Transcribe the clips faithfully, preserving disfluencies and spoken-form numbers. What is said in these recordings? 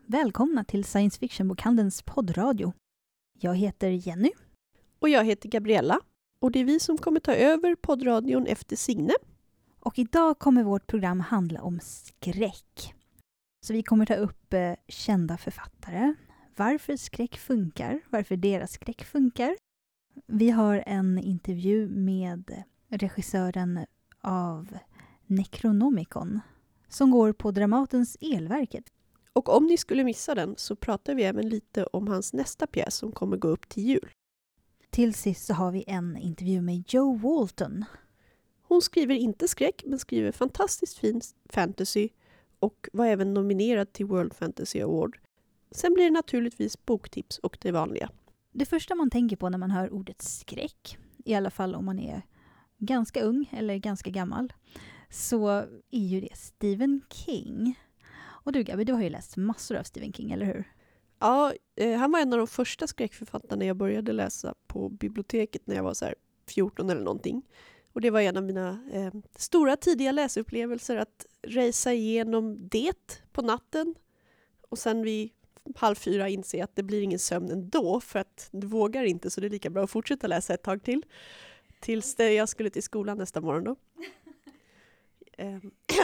Välkomna till Science Fiction-bokhandelns poddradio. Jag heter Jenny. Och jag heter Gabriella. Och det är vi som kommer ta över poddradion efter Signe. Och idag kommer vårt program handla om skräck. Så vi kommer ta upp eh, kända författare. Varför skräck funkar. Varför deras skräck funkar. Vi har en intervju med regissören av Necronomicon. Som går på Dramatens Elverket. Och om ni skulle missa den så pratar vi även lite om hans nästa pjäs som kommer gå upp till jul. Till sist så har vi en intervju med Jo Walton. Hon skriver inte skräck men skriver fantastiskt fin fantasy och var även nominerad till World Fantasy Award. Sen blir det naturligtvis boktips och det vanliga. Det första man tänker på när man hör ordet skräck, i alla fall om man är ganska ung eller ganska gammal, så är ju det Stephen King. Och du Gabi, du har ju läst massor av Stephen King, eller hur? Ja, eh, han var en av de första skräckförfattarna jag började läsa på biblioteket när jag var så här fjorton eller någonting. Och det var en av mina eh, stora tidiga läsupplevelser att resa igenom det på natten. Och sen vid halv fyra inse att det blir ingen sömn ändå för att du vågar inte, så det är lika bra att fortsätta läsa ett tag till. Tills det jag skulle till skolan nästa morgon då. eh,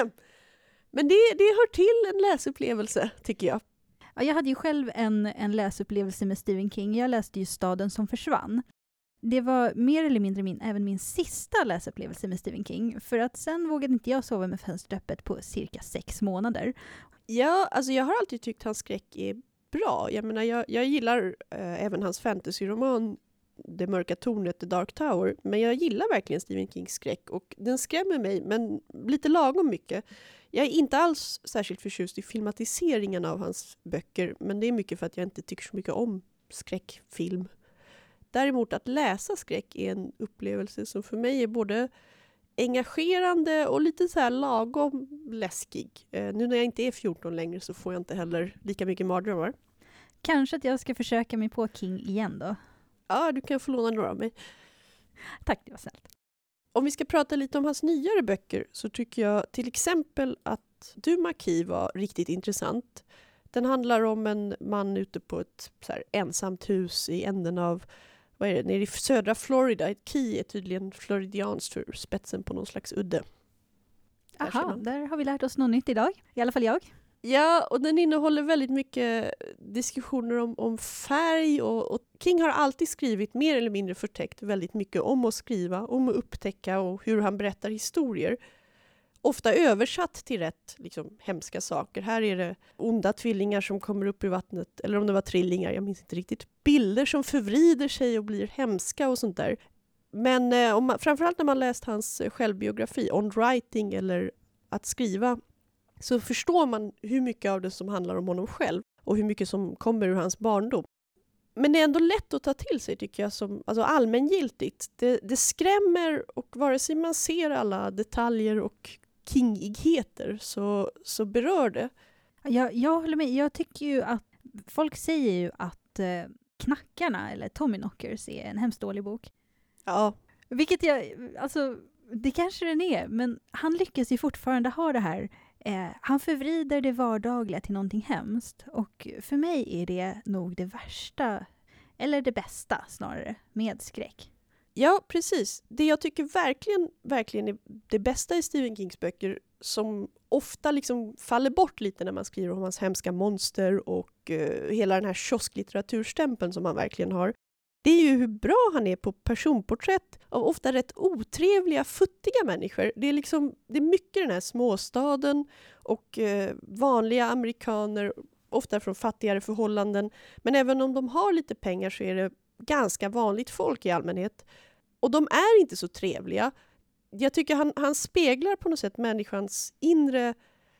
Men det, det hör till en läsupplevelse, tycker jag. Ja, jag hade ju själv en, en läsupplevelse med Stephen King. Jag läste ju Staden som försvann. Det var mer eller mindre min, även min sista läsupplevelse med Stephen King. För att sen vågade inte jag sova med fönstret öppet på cirka sex månader. Ja, alltså jag har alltid tyckt hans skräck är bra. Jag menar, jag, jag gillar eh, även hans fantasyroman Det mörka tornet, The Dark Tower. Men jag gillar verkligen Stephen Kings skräck. Och den skrämmer mig, men lite lagom mycket. Jag är inte alls särskilt förtjust i filmatiseringen av hans böcker. Men det är mycket för att jag inte tycker så mycket om skräckfilm. Däremot att läsa skräck är en upplevelse som för mig är både engagerande och lite så här lagom läskig. Eh, nu när jag inte är fjorton längre så får jag inte heller lika mycket mardrömmar. Kanske att jag ska försöka mig på King igen då. Ja, du kan få låna några av mig. Tack, det var snällt. Om vi ska prata lite om hans nyare böcker så tycker jag till exempel att Duma Key var riktigt intressant. Den handlar om en man ute på ett så här ensamt hus i änden av, vad är det, nere i södra Florida. Ett key är tydligen floridianskt för spetsen på någon slags udde. Aha, där har vi lärt oss något nytt idag. I alla fall jag. Ja, och den innehåller väldigt mycket diskussioner om, om färg. Och, och King har alltid skrivit mer eller mindre förtäckt väldigt mycket om att skriva, om att upptäcka och hur han berättar historier. Ofta översatt till rätt liksom, hemska saker. Här är det onda tvillingar som kommer upp i vattnet. Eller om det var trillingar, jag minns inte riktigt. Bilder som förvrider sig och blir hemska och sånt där. Men eh, om man, framförallt när man läst hans självbiografi, On Writing eller Att skriva, så förstår man hur mycket av det som handlar om honom själv. Och hur mycket som kommer ur hans barndom. Men det är ändå lätt att ta till sig tycker jag, som alltså allmängiltigt. Det, det skrämmer och vare sig man ser alla detaljer och kingigheter så, så berör det. Jag, jag håller med. Jag tycker ju att folk säger ju att eh, Knackarna eller Tommyknockers är en hemskt dålig bok. Ja. Vilket jag, alltså det kanske den är, men han lyckas ju fortfarande ha det här. Eh, han förvrider det vardagliga till någonting hemskt. Och för mig är det nog det värsta, eller det bästa snarare, med skräck. Ja, precis. Det jag tycker verkligen, verkligen är det bästa i Stephen Kings böcker som ofta liksom faller bort lite när man skriver om hans hemska monster och uh, hela den här kiosklitteraturstämpeln som han verkligen har. Det är ju hur bra han är på personporträtt av ofta rätt otrevliga, futtiga människor. Det är, liksom, det är mycket den här småstaden och uh, vanliga amerikaner, ofta från fattigare förhållanden. Men även om de har lite pengar så är det ganska vanligt folk i allmänhet. Och de är inte så trevliga. Jag tycker han, han speglar på något sätt människans inre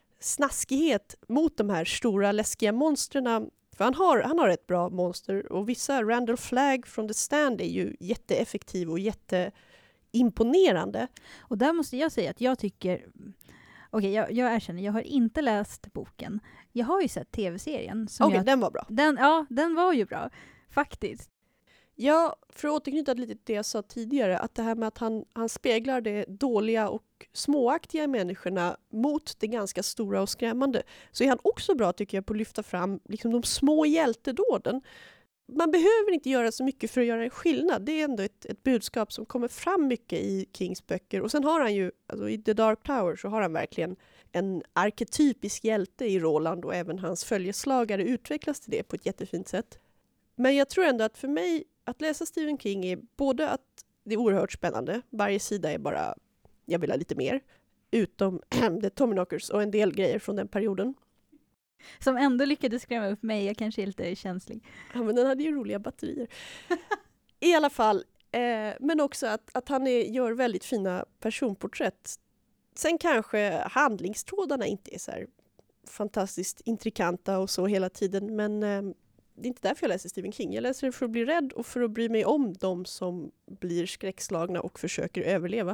snaskighet mot de här stora läskiga monsterna. För han har, han har ett bra monster. Och vissa, Randall Flagg från The Stand är ju jätteeffektiv och jätteimponerande. Och där måste jag säga att jag tycker... Okej, okay, jag, jag erkänner, jag har inte läst boken. Jag har ju sett tv-serien. Okej, okay, jag, den var bra. Den, ja, den var ju bra. Faktiskt. Ja, för att återknyta lite till det jag sa tidigare, att det här med att han, han speglar det dåliga och småaktiga i människorna mot det ganska stora och skrämmande, så är han också bra tycker jag på att lyfta fram liksom, de små hjältedåden. Man behöver inte göra så mycket för att göra en skillnad. Det är ändå ett, ett budskap som kommer fram mycket i Kings böcker. Och sen har han ju, alltså i The Dark Tower så har han verkligen en arketypisk hjälte i Roland, och även hans följeslagare utvecklas till det på ett jättefint sätt. Men jag tror ändå att för mig, att läsa Stephen King är både att det är oerhört spännande. Varje sida är bara, jag vill ha lite mer. Utom The Tommyknockers och en del grejer från den perioden. Som ändå lyckades skrämma upp mig. Jag kanske är lite känslig. Ja, men den hade ju roliga batterier. I alla fall. Eh, men också att, att han är, gör väldigt fina personporträtt. Sen kanske handlingstrådarna inte är så här fantastiskt intrikanta och så hela tiden. Men eh, det är inte därför jag läser Stephen King. Jag läser det för att bli rädd och för att bry mig om de som blir skräckslagna och försöker överleva.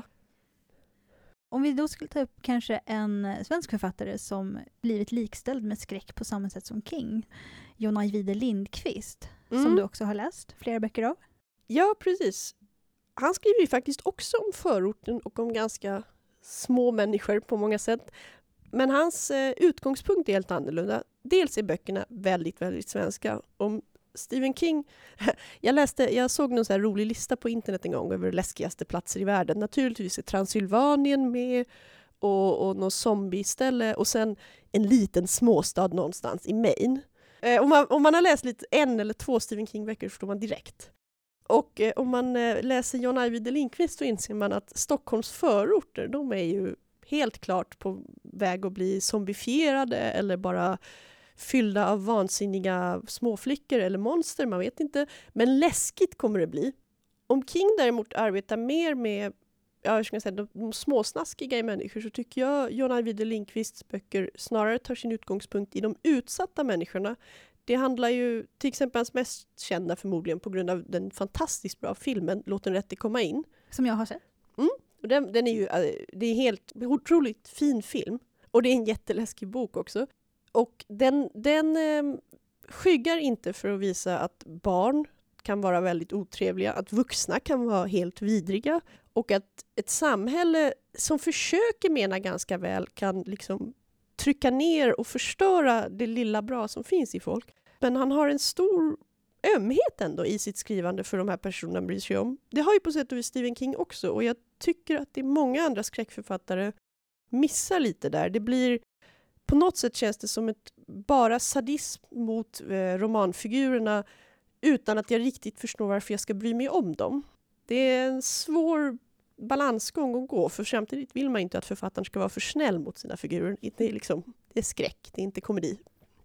Om vi då skulle ta upp kanske en svensk författare som blivit likställd med skräck på samma sätt som King. John Ajvide Lindqvist, mm. som du också har läst flera böcker av. Ja, precis. Han skriver ju faktiskt också om förorten och om ganska små människor på många sätt. Men hans eh, utgångspunkt är helt annorlunda. Dels är böckerna väldigt, väldigt svenska. Om Stephen King, jag läste, jag såg någon så här rolig lista på internet en gång över läskigaste platser i världen. Naturligtvis är Transylvanien med och, och någon zombieställe och sen en liten småstad någonstans i Maine. Eh, om, man, om man har läst lite en eller två Stephen King-böcker förstår man direkt. Och eh, om man eh, läser John Ajvide Lindqvist så inser man att Stockholms förorter, de är ju helt klart på väg att bli zombifierade eller bara fyllda av vansinniga småflickor eller monster, man vet inte. Men läskigt kommer det bli. Om King däremot arbetar mer med ja, jag ska säga, de, de småsnaskiga i människor så tycker jag John Ajvide Lindqvists böcker snarare tar sin utgångspunkt i de utsatta människorna. Det handlar ju till exempel hans mest kända förmodligen på grund av den fantastiskt bra filmen Låt den rätte komma in. Som jag har sett. Mm. Och den, den är ju det är helt otroligt fin film. Och det är en jätteläskig bok också. Och den, den eh, skyggar inte för att visa att barn kan vara väldigt otrevliga, att vuxna kan vara helt vidriga och att ett samhälle som försöker mena ganska väl kan liksom trycka ner och förstöra det lilla bra som finns i folk. Men han har en stor ömhet ändå i sitt skrivande för de här personerna bryr sig om. Det har ju på sätt och vis Stephen King också och jag tycker att det är många andra skräckförfattare missar lite där. Det blir på något sätt känns det som ett bara sadism mot eh, romanfigurerna utan att jag riktigt förstår varför jag ska bry mig om dem. Det är en svår balansgång att gå för samtidigt vill man inte att författaren ska vara för snäll mot sina figurer. Det är, liksom, det är skräck, det är inte komedi.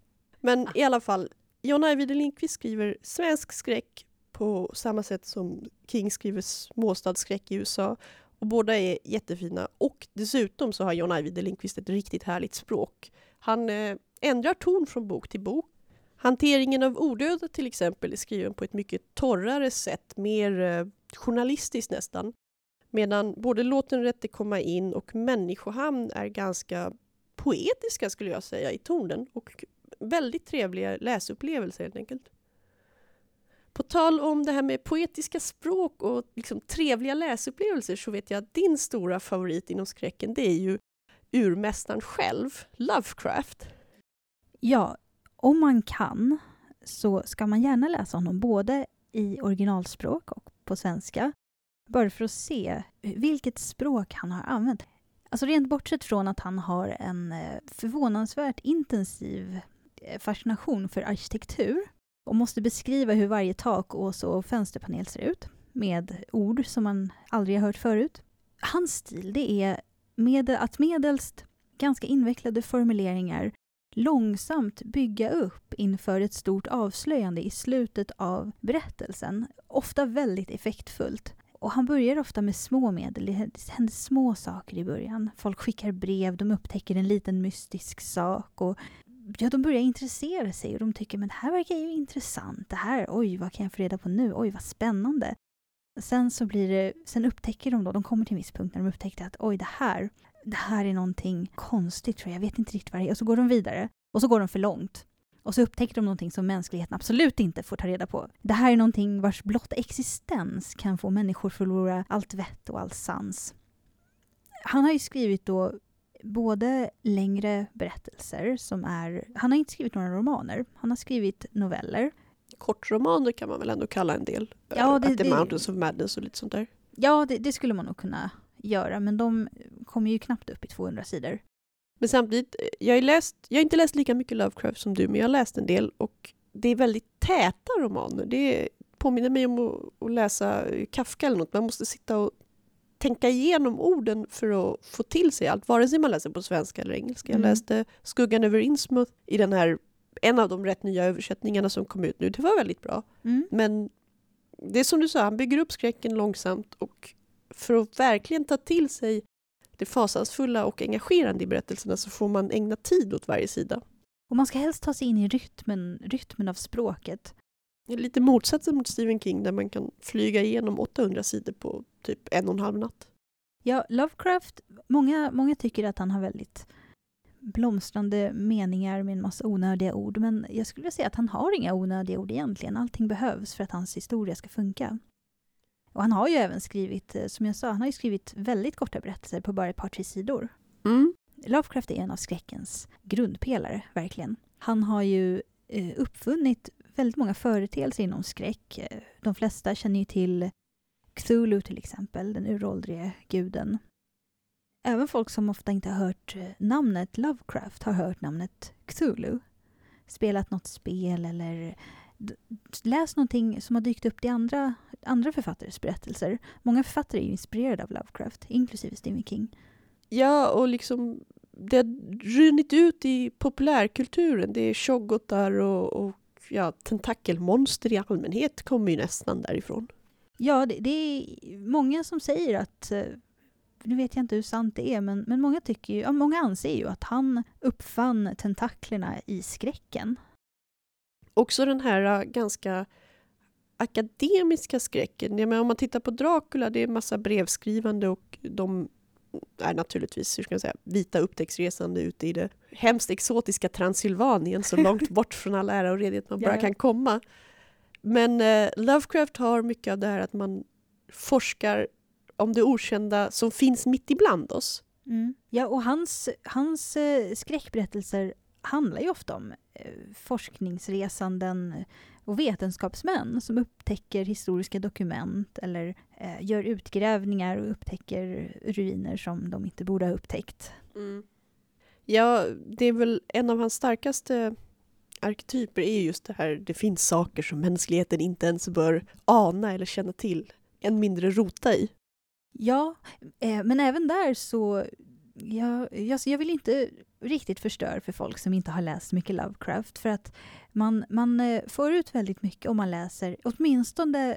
Men i alla fall, John Ajvide Lindqvist skriver svensk skräck på samma sätt som King skriver småstadsskräck i U S A. Och båda är jättefina. Och dessutom så har John Ajvide Lindqvist ett riktigt härligt språk. Han eh, ändrar ton från bok till bok. Hanteringen av ordöda till exempel är skriven på ett mycket torrare sätt. Mer eh, journalistiskt nästan. Medan både Låt den rätte komma in och Människohamn är ganska poetiska skulle jag säga i tonen. Och väldigt trevliga läsupplevelser helt enkelt. På tal om det här med poetiska språk och liksom trevliga läsupplevelser så vet jag att din stora favorit inom skräcken det är ju urmästaren själv, Lovecraft. Ja, om man kan så ska man gärna läsa honom både i originalspråk och på svenska. Bara för att se vilket språk han har använt. Alltså rent bortsett från att han har en förvånansvärt intensiv fascination för arkitektur. Och måste beskriva hur varje tak och så fönsterpanel ser ut. Med ord som man aldrig har hört förut. Hans stil det är med att medelst ganska invecklade formuleringar långsamt bygga upp inför ett stort avslöjande i slutet av berättelsen. Ofta väldigt effektfullt. Och han börjar ofta med små medel. Det händer små saker i början. Folk skickar brev, de upptäcker en liten mystisk sak och ja, de börjar intressera sig och de tycker men det här verkar ju intressant. Det här, oj vad kan jag få reda på nu? Oj vad spännande. Sen så blir det, sen upptäcker de då, de kommer till en viss punkt när de upptäcker att oj det här, det här är någonting konstigt tror jag. Jag vet inte riktigt vad det är. Och så går de vidare och så går de för långt. Och så upptäcker de någonting som mänskligheten absolut inte får ta reda på. Det här är någonting vars blotta existens kan få människor förlora allt vett och all sans. Han har ju skrivit då både längre berättelser som är... Han har inte skrivit några romaner. Han har skrivit noveller. Kortromaner kan man väl ändå kalla en del. Ja, det, At the det, Mountains of Madness och lite sånt där. Ja, det, det skulle man nog kunna göra. Men de kommer ju knappt upp i tvåhundra sidor. Men samtidigt, jag har, läst, jag har inte läst lika mycket Lovecraft som du, men jag har läst en del och det är väldigt täta romaner. Det påminner mig om att, att läsa Kafka eller något. Man måste sitta och tänka igenom orden för att få till sig allt, vare sig man läser på svenska eller engelska. Mm. Jag läste Skuggan över Innsmouth i den här, en av de rätt nya översättningarna som kom ut nu. Det var väldigt bra. Mm. Men det är som du sa, han bygger upp skräcken långsamt och för att verkligen ta till sig det fasansfulla och engagerande i berättelserna så får man ägna tid åt varje sida. Och man ska helst ta sig in i rytmen, rytmen av språket. Det är lite motsatsen mot Stephen King där man kan flyga igenom åttahundra sidor på typ en och en halv natt. Ja, Lovecraft, många, många tycker att han har väldigt blomstrande meningar med en massa onödiga ord. Men jag skulle vilja säga att han har inga onödiga ord egentligen. Allting behövs för att hans historia ska funka. Och han har ju även skrivit, som jag sa, han har ju skrivit väldigt korta berättelser på bara ett par, tre sidor. Mm. Lovecraft är en av skräckens grundpelare, verkligen. Han har ju eh, uppfunnit väldigt många företeelser inom skräck. De flesta känner ju till Cthulhu till exempel, den uråldrige guden. Även folk som ofta inte har hört namnet Lovecraft har hört namnet Cthulhu. Spelat något spel eller d- läst någonting som har dykt upp i andra, andra författares berättelser. Många författare är ju inspirerade av Lovecraft, inklusive Stephen King. Ja, och liksom det har runnit ut i populärkulturen. Det är tjoggotar och, och ja, tentakelmonster i allmänhet kommer ju nästan därifrån. Ja, det, det är många som säger att, nu vet jag inte hur sant det är, men, men många, tycker ju, ja, många anser ju att han uppfann tentaklerna i skräcken. Också den här ganska akademiska skräcken. Jag menar, om man tittar på Dracula, det är en massa brevskrivande och de är naturligtvis, hur ska jag säga, vita upptäcktsresande ute i det hemskt exotiska Transylvanien, så långt bort från all ära och redighet man bara ja. kan komma. Men eh, Lovecraft har mycket av det här att man forskar om det okända som finns mitt ibland oss. Mm. Ja, och hans, hans eh, skräckberättelser handlar ju ofta om eh, forskningsresanden och vetenskapsmän som upptäcker historiska dokument eller eh, gör utgrävningar och upptäcker ruiner som de inte borde ha upptäckt. Mm. Ja, det är väl en av hans starkaste arketyper är just det här, det finns saker som mänskligheten inte ens bör ana eller känna till, än mindre rota i. Ja, eh, men även där så jag, jag, jag vill inte riktigt förstöra för folk som inte har läst mycket Lovecraft, för att man, man eh, får ut väldigt mycket om man läser åtminstone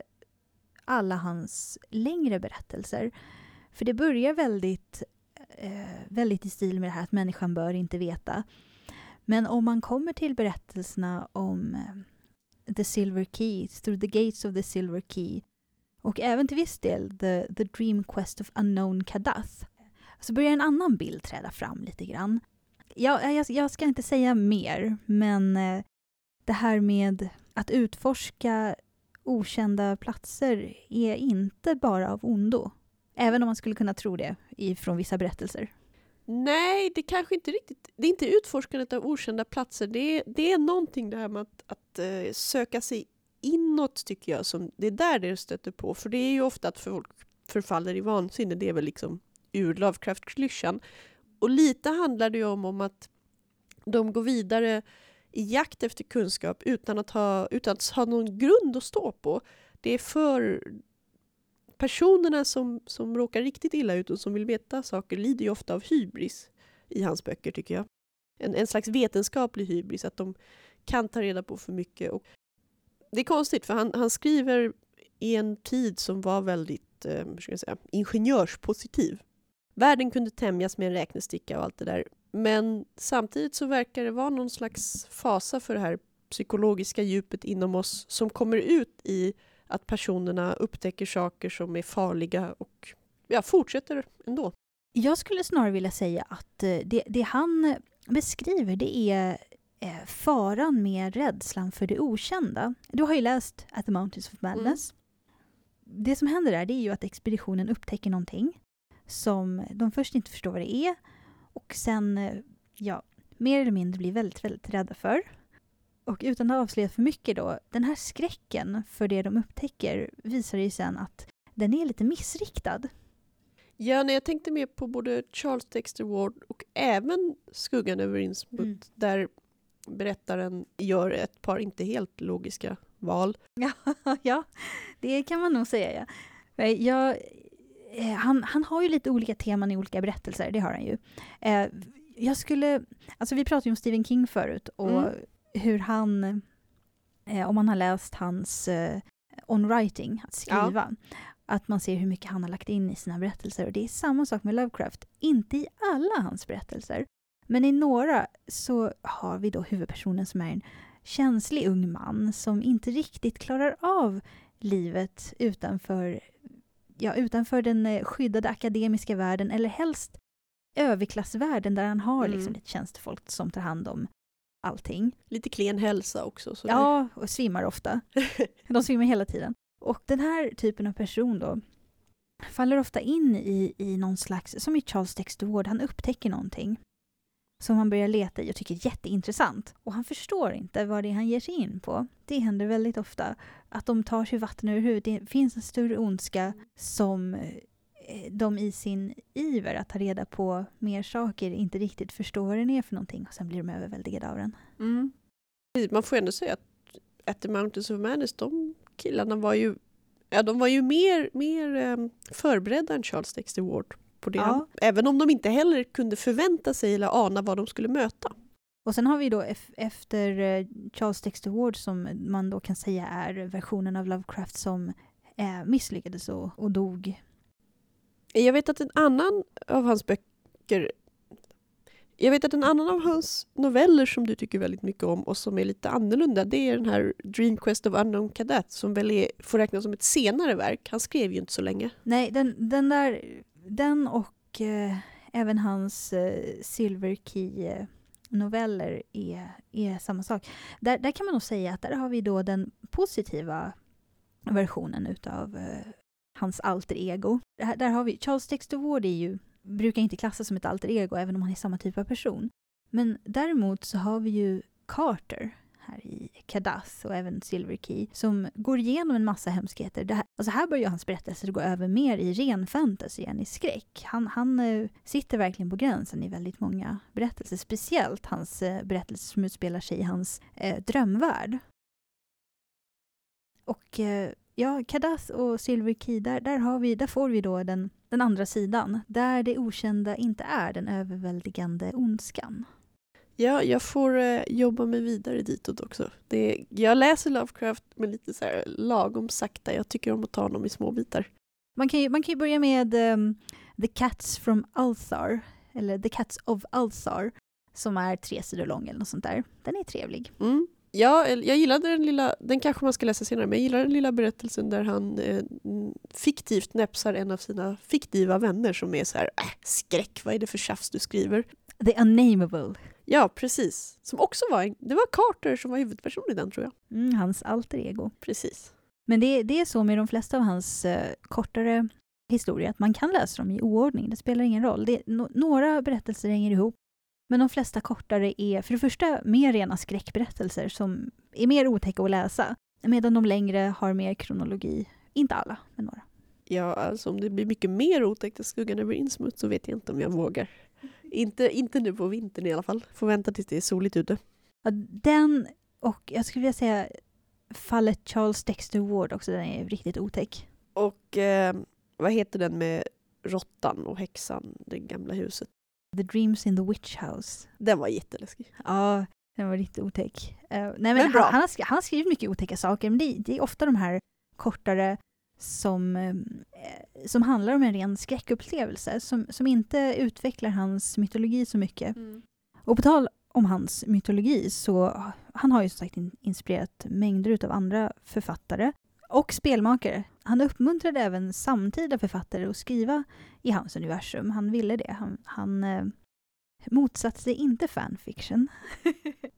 alla hans längre berättelser. För det börjar väldigt, eh, väldigt i stil med det här att människan bör inte veta. Men om man kommer till berättelserna om eh, The Silver Key, Through the Gates of the Silver Key, och även till viss del The, the Dream Quest of Unknown Kadath, så börjar en annan bild träda fram lite grann. Jag, jag, jag ska inte säga mer, men eh, det här med att utforska okända platser är inte bara av ondo. Även om man skulle kunna tro det från vissa berättelser. Nej, det kanske inte riktigt, det är inte utforskandet av okända platser. Det är, det är någonting det här med att, att uh, söka sig inåt, tycker jag. Som, det är där det stöter på. För det är ju ofta att folk förfaller i vansinne. Det är väl liksom ur Lovecraft-klyschan. Och lite handlar det ju om, om att de går vidare i jakt efter kunskap utan att ha, utan att ha någon grund att stå på. Det är för personerna som, som råkar riktigt illa ut och som vill veta saker lider ju ofta av hybris i hans böcker, tycker jag. En, en slags vetenskaplig hybris, att de kan ta reda på för mycket. Och det är konstigt, för han, han skriver i en tid som var väldigt eh, ska jag säga, ingenjörspositiv. Världen kunde tämjas med en räknesticka och allt det där. Men samtidigt så verkar det vara någon slags fasa för det här psykologiska djupet inom oss som kommer ut i att personerna upptäcker saker som är farliga och ja, fortsätter ändå. Jag skulle snarare vilja säga att det, det han beskriver, det är eh, faran med rädslan för det okända. Du har ju läst At the Mountains of Madness. Mm. Det som händer där, det är ju att expeditionen upptäcker någonting som de först inte förstår vad det är och sen eh, ja, mer eller mindre blir väldigt, väldigt rädda för. Och utan att avslöja för mycket då, den här skräcken för det de upptäcker visar ju sen att den är lite missriktad. Ja, när jag tänkte mer på både Charles Dexter Ward och även Skuggan över Innsmouth, mm. där berättaren gör ett par inte helt logiska val. Ja, ja, det kan man nog säga. Ja. Jag, han, han har ju lite olika teman i olika berättelser, det har han ju. Jag skulle, alltså vi pratade ju om Stephen King förut och mm. hur han, om man har läst hans on writing, att skriva, ja. Att man ser hur mycket han har lagt in i sina berättelser. Och det är samma sak med Lovecraft. Inte i alla hans berättelser. Men i några så har vi då huvudpersonen som är en känslig ung man som inte riktigt klarar av livet utanför, ja, utanför den skyddade akademiska världen eller helst överklassvärlden där han har mm. liksom ett tjänstefolk som tar hand om allting. Lite klen hälsa också. Så ja, och svimmar ofta. De svimmar hela tiden. Och den här typen av person då faller ofta in i, i någon slags, som i Charles Dexter Ward, han upptäcker någonting som han börjar leta i och tycker är jätteintressant. Och han förstår inte vad det är han ger sig in på. Det händer väldigt ofta att de tar sig vatten över huvudet. Det finns en större ondska som de i sin iver att ta reda på mer saker inte riktigt förstår vad den är för någonting. Och sen blir de överväldigade av den. Mm. Man får ändå säga att At the Mountains of Madness, de killarna var ju, ja, de var ju mer, mer um, förberedda än Charles Dexter Ward på det. Ja. Även om de inte heller kunde förvänta sig eller ana vad de skulle möta. Och sen har vi då ef- efter uh, Charles Dexter Ward som man då kan säga är versionen av Lovecraft som uh, misslyckades och, och dog. Jag vet att en annan av hans böcker Jag vet att en annan av hans noveller som du tycker väldigt mycket om och som är lite annorlunda, det är den här Dream Quest of Unknown Cadet som väl är, får räknas som ett senare verk. Han skrev ju inte så länge. Nej, den, den där, den och eh, även hans eh, Silver Key noveller är, är samma sak. Där, där kan man nog säga att där har vi då den positiva versionen utav eh, hans alter ego. Där, där har vi, Charles Dexter Ward är ju brukar inte klassas som ett alter ego även om han är samma typ av person. Men däremot så har vi ju Carter här i Kadath och även Silver Key som går igenom en massa hemskheter. Det här, alltså här börjar hans berättelser gå över mer i ren fantasy än i skräck. Han, han uh, sitter verkligen på gränsen i väldigt många berättelser. Speciellt hans uh, berättelser som utspelar sig i hans uh, drömvärld. Och uh, ja, Kadath och Silver Key, där, där, har vi, där får vi då den, den andra sidan. Där det okända inte är den överväldigande ondskan. Ja, jag får eh, jobba mig vidare ditåt också. Det, jag läser Lovecraft med lite så här lagom sakta. Jag tycker om att ta honom i små bitar. Man kan ju, man kan ju börja med um, The Cats from Ulthar. Eller The Cats of Ulthar. Som är tre sidor lång eller något sånt där. Den är trevlig. Mm. Ja, jag gillade den lilla, den kanske man ska läsa senare, men jag gillar den lilla berättelsen där han eh, fiktivt näpsar en av sina fiktiva vänner som är så här, äh, skräck, vad är det för tjafs du skriver? The Unnameable. Ja, precis. Som också var, en, det var Carter som var huvudperson i den, tror jag. Mm, hans alter ego. Precis. Men det, det är så med de flesta av hans eh, kortare historier, att man kan läsa dem i oordning, det spelar ingen roll. Det, no, några berättelser hänger ihop. Men de flesta kortare är för det första mer rena skräckberättelser som är mer otäcka att läsa. Medan de längre har mer kronologi. Inte alla, men några. Ja, alltså om det blir mycket mer otäckt än Skuggan över Innsmouth så vet jag inte om jag vågar. Inte, inte nu på vintern i alla fall. Får vänta tills det är soligt ute. Ja, den och jag skulle vilja säga fallet Charles Dexter Ward också, den är riktigt otäck. Och eh, vad heter den med råttan och häxan, det gamla huset? The Dreams in the Witch House. Den var jätteläskig. Ja, den var riktigt otäck. Uh, nej, men men han, han, har skrivit, han har skrivit mycket otäcka saker, men det, det är ofta de här kortare som, eh, som handlar om en ren skräckupplevelse, som, som inte utvecklar hans mytologi så mycket. Mm. Och på tal om hans mytologi så han har ju som sagt inspirerat mängder av andra författare och spelmakare. Han uppmuntrade även samtida författare att skriva i hans universum. Han ville det. Han, han eh, motsatte sig inte fanfiction.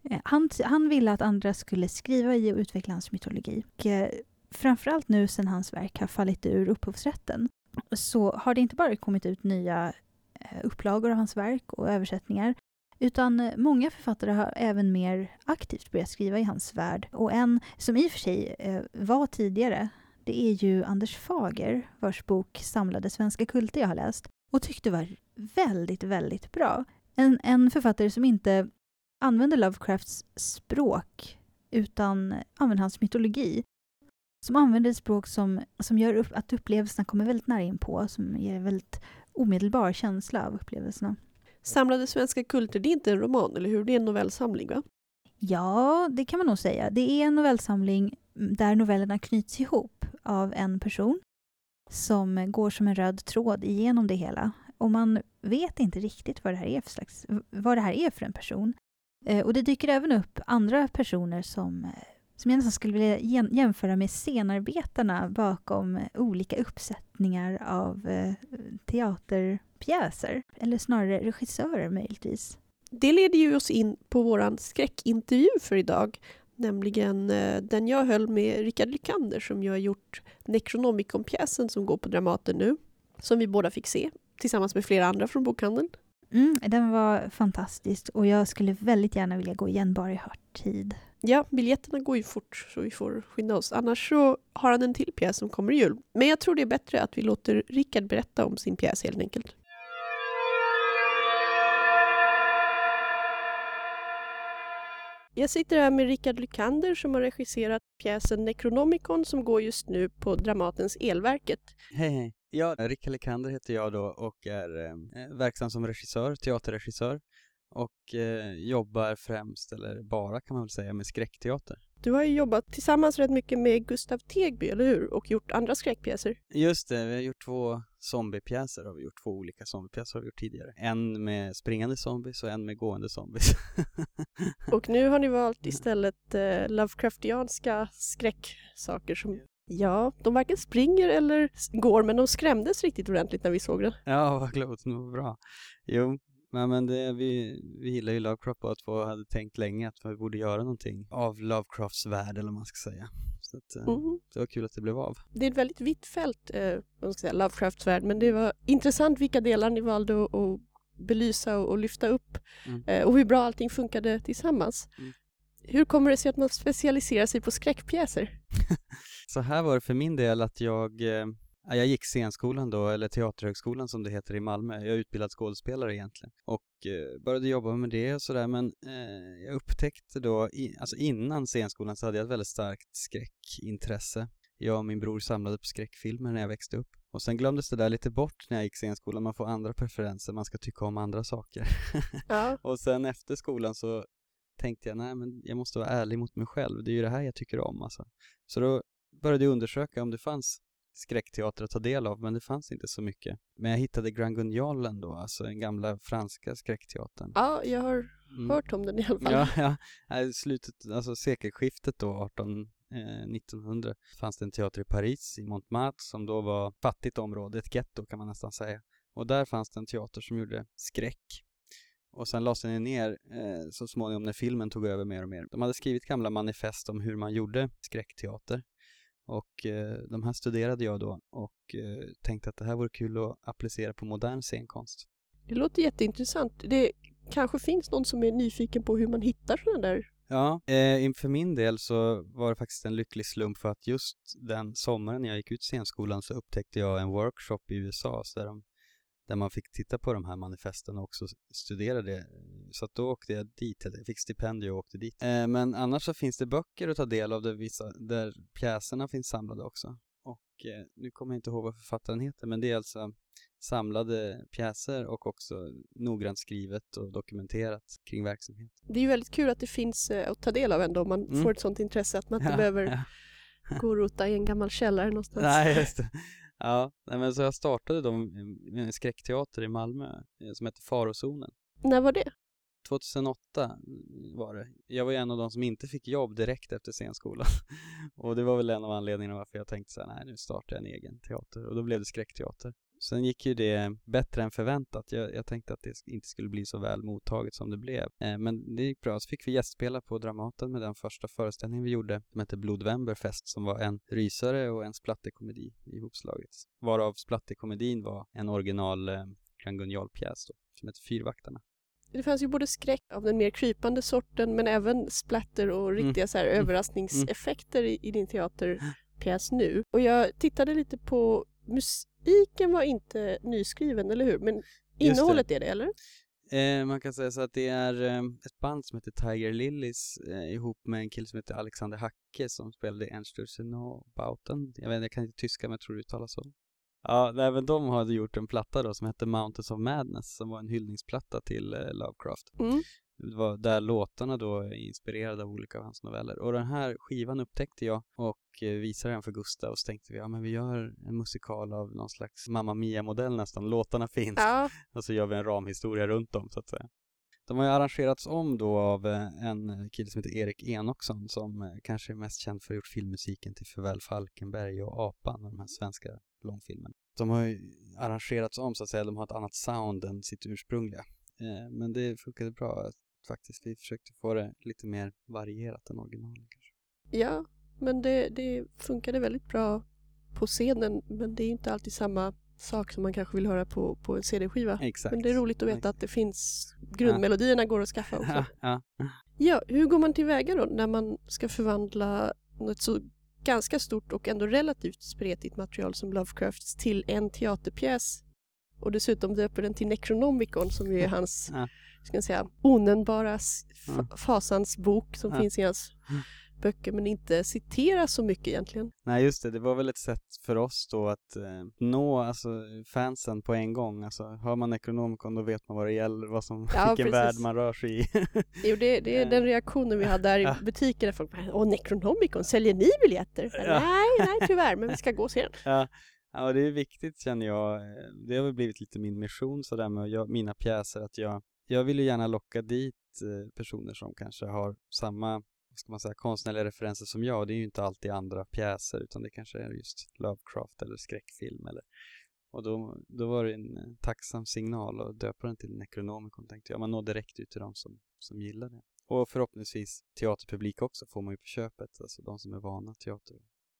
Han, han ville att andra skulle skriva i och utveckla hans mytologi. Och, eh, framförallt nu sen hans verk har fallit ur upphovsrätten så har det inte bara kommit ut nya eh, upplagor av hans verk och översättningar, utan eh, många författare har även mer aktivt börjat skriva i hans värld. Och en som i och för sig eh, var tidigare, det är ju Anders Fager, vars bok Samlade svenska kulter jag har läst och tyckte var väldigt, väldigt bra. En, en författare som inte använder Lovecrafts språk utan använder hans mytologi. Som använder ett språk som, som gör upp, att upplevelserna kommer väldigt nära in på, som ger väldigt omedelbar känsla av upplevelserna. Samlade svenska kulter, det är inte en roman, eller hur? Det är en novellsamling, va? Ja, det kan man nog säga. Det är en novellsamling där novellerna knyts ihop av en person som går som en röd tråd igenom det hela. Och man vet inte riktigt vad det här är för slags, vad det här är för en person. Eh, och det dyker även upp andra personer som, som jag nästan skulle vilja jämföra med scenarbetarna bakom olika uppsättningar av eh, teaterpjäser. Eller snarare regissörer möjligtvis. Det leder ju oss in på våran skräckintervju för idag. Nämligen eh, den jag höll med Rickard Lykander som ju har gjort Necronomicon-pjäsen som går på Dramaten nu. Som vi båda fick se tillsammans med flera andra från bokhandeln. Mm, den var fantastisk och jag skulle väldigt gärna vilja gå igen bara jag har tid. Ja, biljetterna går ju fort så vi får skynda oss. Annars så har han en till pjäs som kommer i jul. Men jag tror det är bättre att vi låter Rickard berätta om sin pjäs helt enkelt. Jag sitter här med Rickard Lykander som har regisserat pjäsen Necronomicon som går just nu på Dramatens Elverket. Hej, hej. Ja, Rickard Lykander heter jag då och är eh, verksam som regissör, teaterregissör och eh, jobbar främst, eller bara kan man väl säga, med skräckteater. Du har ju jobbat tillsammans rätt mycket med Gustav Tegby, eller hur? Och gjort andra skräckpjäser. Just det, vi har gjort två zombiepjäser, har vi gjort två olika zombiepjäser har vi gjort tidigare. En med springande zombies och en med gående zombies. Och nu har ni valt istället eh, Lovecraftianska skräcksaker som, ja, de varken springer eller går, men de skrämdes riktigt ordentligt när vi såg det. Ja, vad klokt, nog bra. Jo, men, men det, vi, vi gillar ju Lovecraft på att vi hade tänkt länge att vi borde göra någonting av Lovecrafts värld, eller vad man ska säga. Så att, mm. Det var kul att det blev av. Det är ett väldigt vitt fält, eh, vad ska säga, Lovecrafts värld, men det var intressant vilka delar ni valde att, att belysa och, och lyfta upp mm. eh, och hur bra allting funkade tillsammans. Mm. Hur kommer det sig att man specialiserar sig på skräckpjäser? Så här var det för min del att jag, eh, jag gick scenskolan då, eller teaterhögskolan som det heter i Malmö. Jag är utbildad skådespelare egentligen och eh, började jobba med det och sådär, men eh, jag upptäckte då, i, alltså innan scenskolan så hade jag ett väldigt starkt skräckintresse. Jag och min bror samlade på skräckfilmer när jag växte upp. Och sen glömdes det där lite bort när jag gick scenskolan. Man får andra preferenser, man ska tycka om andra saker. Ja. Och sen efter skolan så tänkte jag, nej men jag måste vara ärlig mot mig själv. Det är ju det här jag tycker om alltså. Så då började jag undersöka om det fanns skräckteater att ta del av, men det fanns inte så mycket. Men jag hittade Grand Guignol då, alltså den gamla franska skräckteatern. Ja, jag har mm. hört om den i alla fall. Ja, ja. Slutet, alltså sekelskiftet då, arton nittonhundra, fanns det en teater i Paris, i Montmartre, som då var fattigt område, ett getto kan man nästan säga. Och där fanns det en teater som gjorde skräck. Och sen lades den ner eh, så småningom när filmen tog över mer och mer. De hade skrivit gamla manifest om hur man gjorde skräckteater. Och eh, de här studerade jag då och eh, tänkte att det här vore kul att applicera på modern scenkonst. Det låter jätteintressant. Det kanske finns någon som är nyfiken på hur man hittar sådana där. Ja, eh, för min del så var det faktiskt en lycklig slump för att just den sommaren när jag gick ut scenskolan så upptäckte jag en workshop i U S A så där, de, där man fick titta på de här manifesten och också studera det. Så att då åkte jag dit, jag fick stipendium och åkte dit. Eh, men annars så finns det böcker att ta del av där, vissa, där pjäserna finns samlade också. Och eh, nu kommer jag inte ihåg vad författaren heter, men det är alltså samlade pjäser och också noggrant skrivet och dokumenterat kring verksamhet. Det är ju väldigt kul att det finns eh, att ta del av ändå om man mm. får ett sånt intresse att man inte ja, behöver ja. gå och rota i en gammal källare någonstans. Nej, just det. Ja, men så jag startade då med en skräckteater i Malmö som heter Farozonen. När var det? tjugohundraåtta var det. Jag var en av de som inte fick jobb direkt efter scenskolan. Och det var väl en av anledningarna varför jag tänkte så här, nej nu startar jag en egen teater. Och då blev det skräckteater. sen gick ju det bättre än förväntat. Jag, jag tänkte att det inte skulle bli så väl mottaget som det blev. Eh, men det gick bra. Så fick vi gästspela på Dramaten med den första föreställningen vi gjorde. Som hette Blodvemberfest, som var en rysare och en splatterkomedi ihopslaget. Varav splatterkomedin var en original eh, Krangunjal-pjäs då, som heter Fyrvaktarna. Det fanns ju både skräck av den mer krypande sorten men även splatter och riktiga Mm. så här, Mm. överraskningseffekter i, i din teaterpjäs nu. Och jag tittade lite på musiken var inte nyskriven, eller hur? Men innehållet är det, eller? Eh, man kan säga så att det är eh, ett band som heter Tiger Lilies eh, ihop med en kille som heter Alexander Hacke som spelade Ernstürzen-Bauten. Jag vet jag kan inte tyska men jag tror det uttalas så. Ja, även de hade gjort en platta då som hette Mountains of Madness som var en hyllningsplatta till eh, Lovecraft. Mm. Det var där låtarna då är inspirerade av olika av hans noveller. Och den här skivan upptäckte jag och eh, visade den för Gustav och så tänkte vi, ja men vi gör en musikal av någon slags Mamma Mia-modell nästan. Låtarna finns. Ja. Och så gör vi en ramhistoria runt dem så att säga. De har ju arrangerats om då av eh, en kille som heter Erik Enoksson som eh, kanske är mest känd för att ha gjort filmmusiken till Förväl Falkenberg och Apan och de här svenska långfilmerna. De har ju arrangerats om så att säga, de har ett annat sound än sitt ursprungliga. Eh, men det funkade bra faktiskt. Vi försökte få det lite mer varierat än originalen kanske. Ja, men det, det funkade väldigt bra på scenen men det är ju inte alltid samma sak som man kanske vill höra på, på en C D-skiva. Exakt. Men det är roligt att veta att det finns grundmelodierna går att skaffa också. Ja, ja. Ja, hur går man tillväga då när man ska förvandla något så ganska stort och ändå relativt spretigt material som Lovecrafts till en teaterpjäs och dessutom döper den till Necronomicon som ju är hans Ja. ska jag säga, onämnbara s- fa- Ja. fasansbok som Ja. finns i hans böcker men inte citeras så mycket egentligen. Nej just det, det var väl ett sätt för oss då att eh, nå alltså, fansen på en gång. Alltså hör man Necronomicon då vet man vad det gäller, vad som, Ja, vilken precis. värld man rör sig i. Jo, det, det är den reaktionen vi hade där Ja. i butiken. Folk bara, åh Necronomicon, säljer ni biljetter? Ja. Nej, nej tyvärr, men vi ska gå sen. Ja, ja, det är viktigt känner jag. Det har väl blivit lite min mission så där med att göra mina pjäser. Att jag, jag vill ju gärna locka dit eh, personer som kanske har samma vad ska man säga, konstnärliga referenser som jag. Det är ju inte alltid andra pjäser utan det kanske är just Lovecraft eller skräckfilm. Eller, och då, då var det en eh, tacksam signal att döpa den till Necronomicon tänkte jag. Man når direkt ut till dem som, som gillar det. Och förhoppningsvis teaterpublik också får man ju på köpet. Alltså de som är vana teater.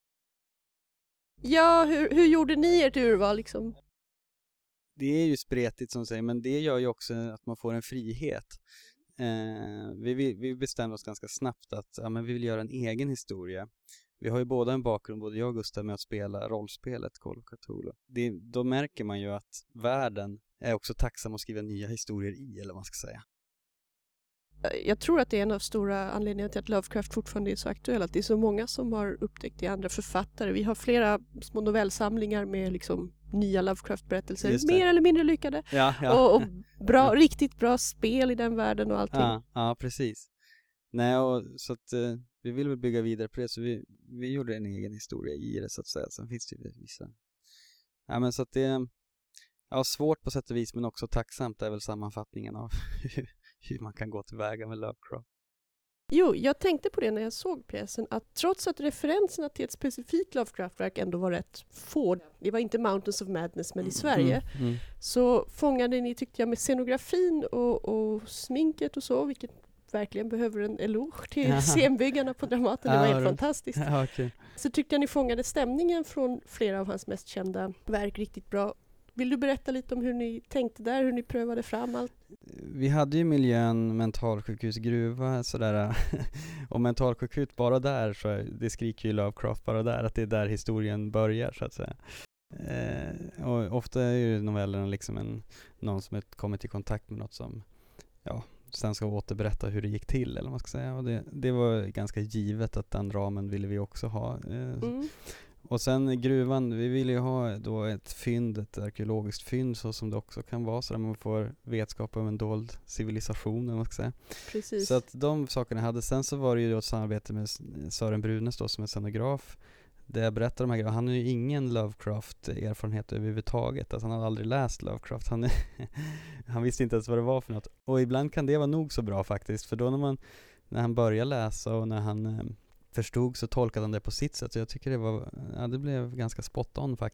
Ja, hur, hur gjorde ni ert urval liksom? Det är ju spretigt som säger, men det gör ju också att man får en frihet. Eh, vi, vi, vi bestämde oss ganska snabbt att ja, men vi vill göra en egen historia. Vi har ju båda en bakgrund, både jag och Gustav, med att spela rollspelet Call of Cthulhu. Det, då märker man ju att världen är också tacksam att skriva nya historier i, eller vad man ska säga. Jag tror att det är en av stora anledningarna till att Lovecraft fortfarande är så aktuell. Att det är så många som har upptäckt det, andra författare. Vi har flera små novellsamlingar med liksom nya Lovecraft-berättelser. Just det. Mer eller mindre lyckade. Ja, ja. Och, och bra, riktigt bra spel i den världen och allting. Ja, ja precis. Nej, och, så att eh, vi vill väl bygga vidare på det. Så vi, vi gjorde en egen historia i det så att säga. Sen finns det ju vissa... Ja, men så att det... Ja, svårt på sätt och vis men också tacksamt är väl sammanfattningen av hur, hur man kan gå tillväga med Lovecraft. Jo, jag tänkte på det när jag såg pjäsen att trots att referenserna till ett specifikt Lovecraft-verk ändå var rätt få, det var inte Mountains of Madness men i Sverige, Mm, mm. så fångade ni tyckte jag med scenografin och, och sminket och så, vilket verkligen behöver en eloge till Jaha. scenbyggarna på Dramaten, det Ja, var helt roligt. fantastiskt. Ja, okej. Så tyckte jag ni fångade stämningen från flera av hans mest kända verk riktigt bra. Vill du berätta lite om hur ni tänkte där, hur ni prövade fram allt? Vi hade ju miljön mentalsjukhus gruva sådär och mentalsjukhus bara där så är- det skriker ju Lovecraft bara där att det är där historien börjar så att säga. Eh, och ofta är ju novellerna liksom en, någon som är kommit i kontakt med något som ja, sen ska återberätta hur det gick till eller vad man ska säga och det, det var ganska givet att den ramen ville vi också ha. Eh, Mm. Och sen gruvan, vi ville ju ha då ett fynd, ett arkeologiskt fynd så som det också kan vara så där man får vetskap om en dold civilisation eller vad man ska säga. Precis. Så att de sakerna hade. Sen så var det ju då ett samarbete med S- Sören Brunes då som är scenograf. Där jag berättar de här grejerna. Han har ju ingen Lovecraft-erfarenhet överhuvudtaget. Alltså han hade aldrig läst Lovecraft. Han, han visste inte ens vad det var för något. Och ibland kan det vara nog så bra faktiskt. För då när man när han började läsa och när han eh, förstod så tolkade han det på sitt sätt. Så jag tycker det var, ja det blev ganska spot on faktiskt.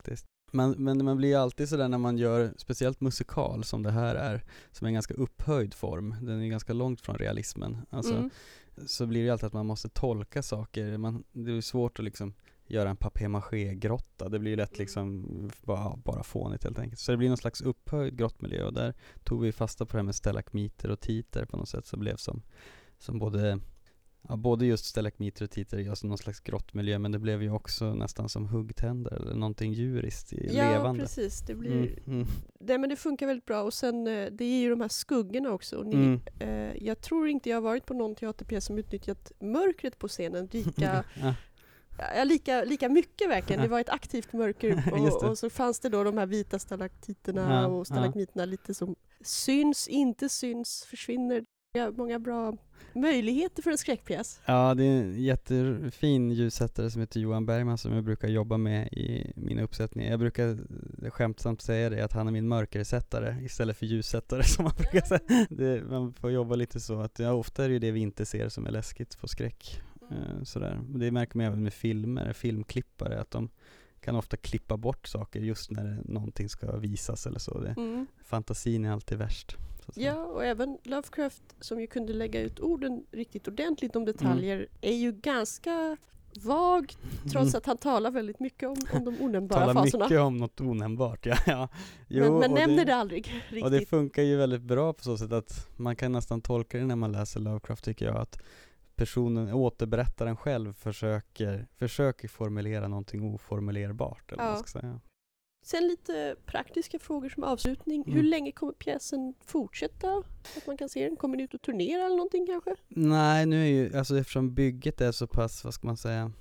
Man, men man blir ju alltid sådär när man gör speciellt musikal som det här är, som är en ganska upphöjd form. Den är ganska långt från realismen. Alltså, Mm. så blir det ju alltid att man måste tolka saker. Man, det är svårt att liksom göra en papier-maché-grotta. Det blir ju lätt liksom bara, bara fånigt helt enkelt. Så det blir någon slags upphöjd grottmiljö, och där tog vi fasta på det här med stalagmiter och titer på något sätt, så blev som, som både Ja, både just stalagmiter och titer, alltså någon slags grottmiljö, men det blev ju också nästan som huggtänder eller någonting djuriskt i Ja, levande. precis. Det blir... Mm, mm. Nej, men det funkar väldigt bra. Och sen, eh, det är ju de här skuggorna också. Och ni, Mm. eh, jag tror inte jag har varit på någon teaterpjäs som utnyttjat mörkret på scenen lika, Ja. ja, lika, lika mycket verkligen. Det var ett aktivt mörker Just och, det. och så fanns det då de här vita stalaktiterna Ja, och stalagmiterna lite som syns, inte syns, försvinner. Ja, många bra möjligheter för en skräckpjäs. Ja, det är en jättefin ljussättare som heter Johan Bergman som jag brukar jobba med i mina uppsättningar. Jag brukar skämtsamt säga det, att han är min mörkersättare istället för ljussättare som man brukar säga. Det, man får jobba lite så att ja, ofta är det ju det vi inte ser som är läskigt på skräck. Mm. Sådär. Det märker man även med filmer, filmklippare, att de kan ofta klippa bort saker just när någonting ska visas eller så. Det, Mm. fantasin är alltid värst. Ja, och även Lovecraft som ju kunde lägga ut orden riktigt ordentligt om detaljer Mm. är ju ganska vag, trots att han talar väldigt mycket om, om de onämnbara Talar faserna. mycket om något onämnbart, ja. ja. Jo, men men och nämner det, det aldrig riktigt. Och det funkar ju väldigt bra på så sätt att man kan nästan tolka det när man läser Lovecraft, tycker jag, att personen, återberättaren själv försöker, försöker formulera någonting oformulerbart, eller Ja. vad man ska säga. Sen lite praktiska frågor som avslutning. Mm. Hur länge kommer pjäsen fortsätta? Att man kan se den? Kommer den ut och turnera eller någonting kanske? Nej, nu är ju, alltså eftersom bygget är så pass, vad ska man säga,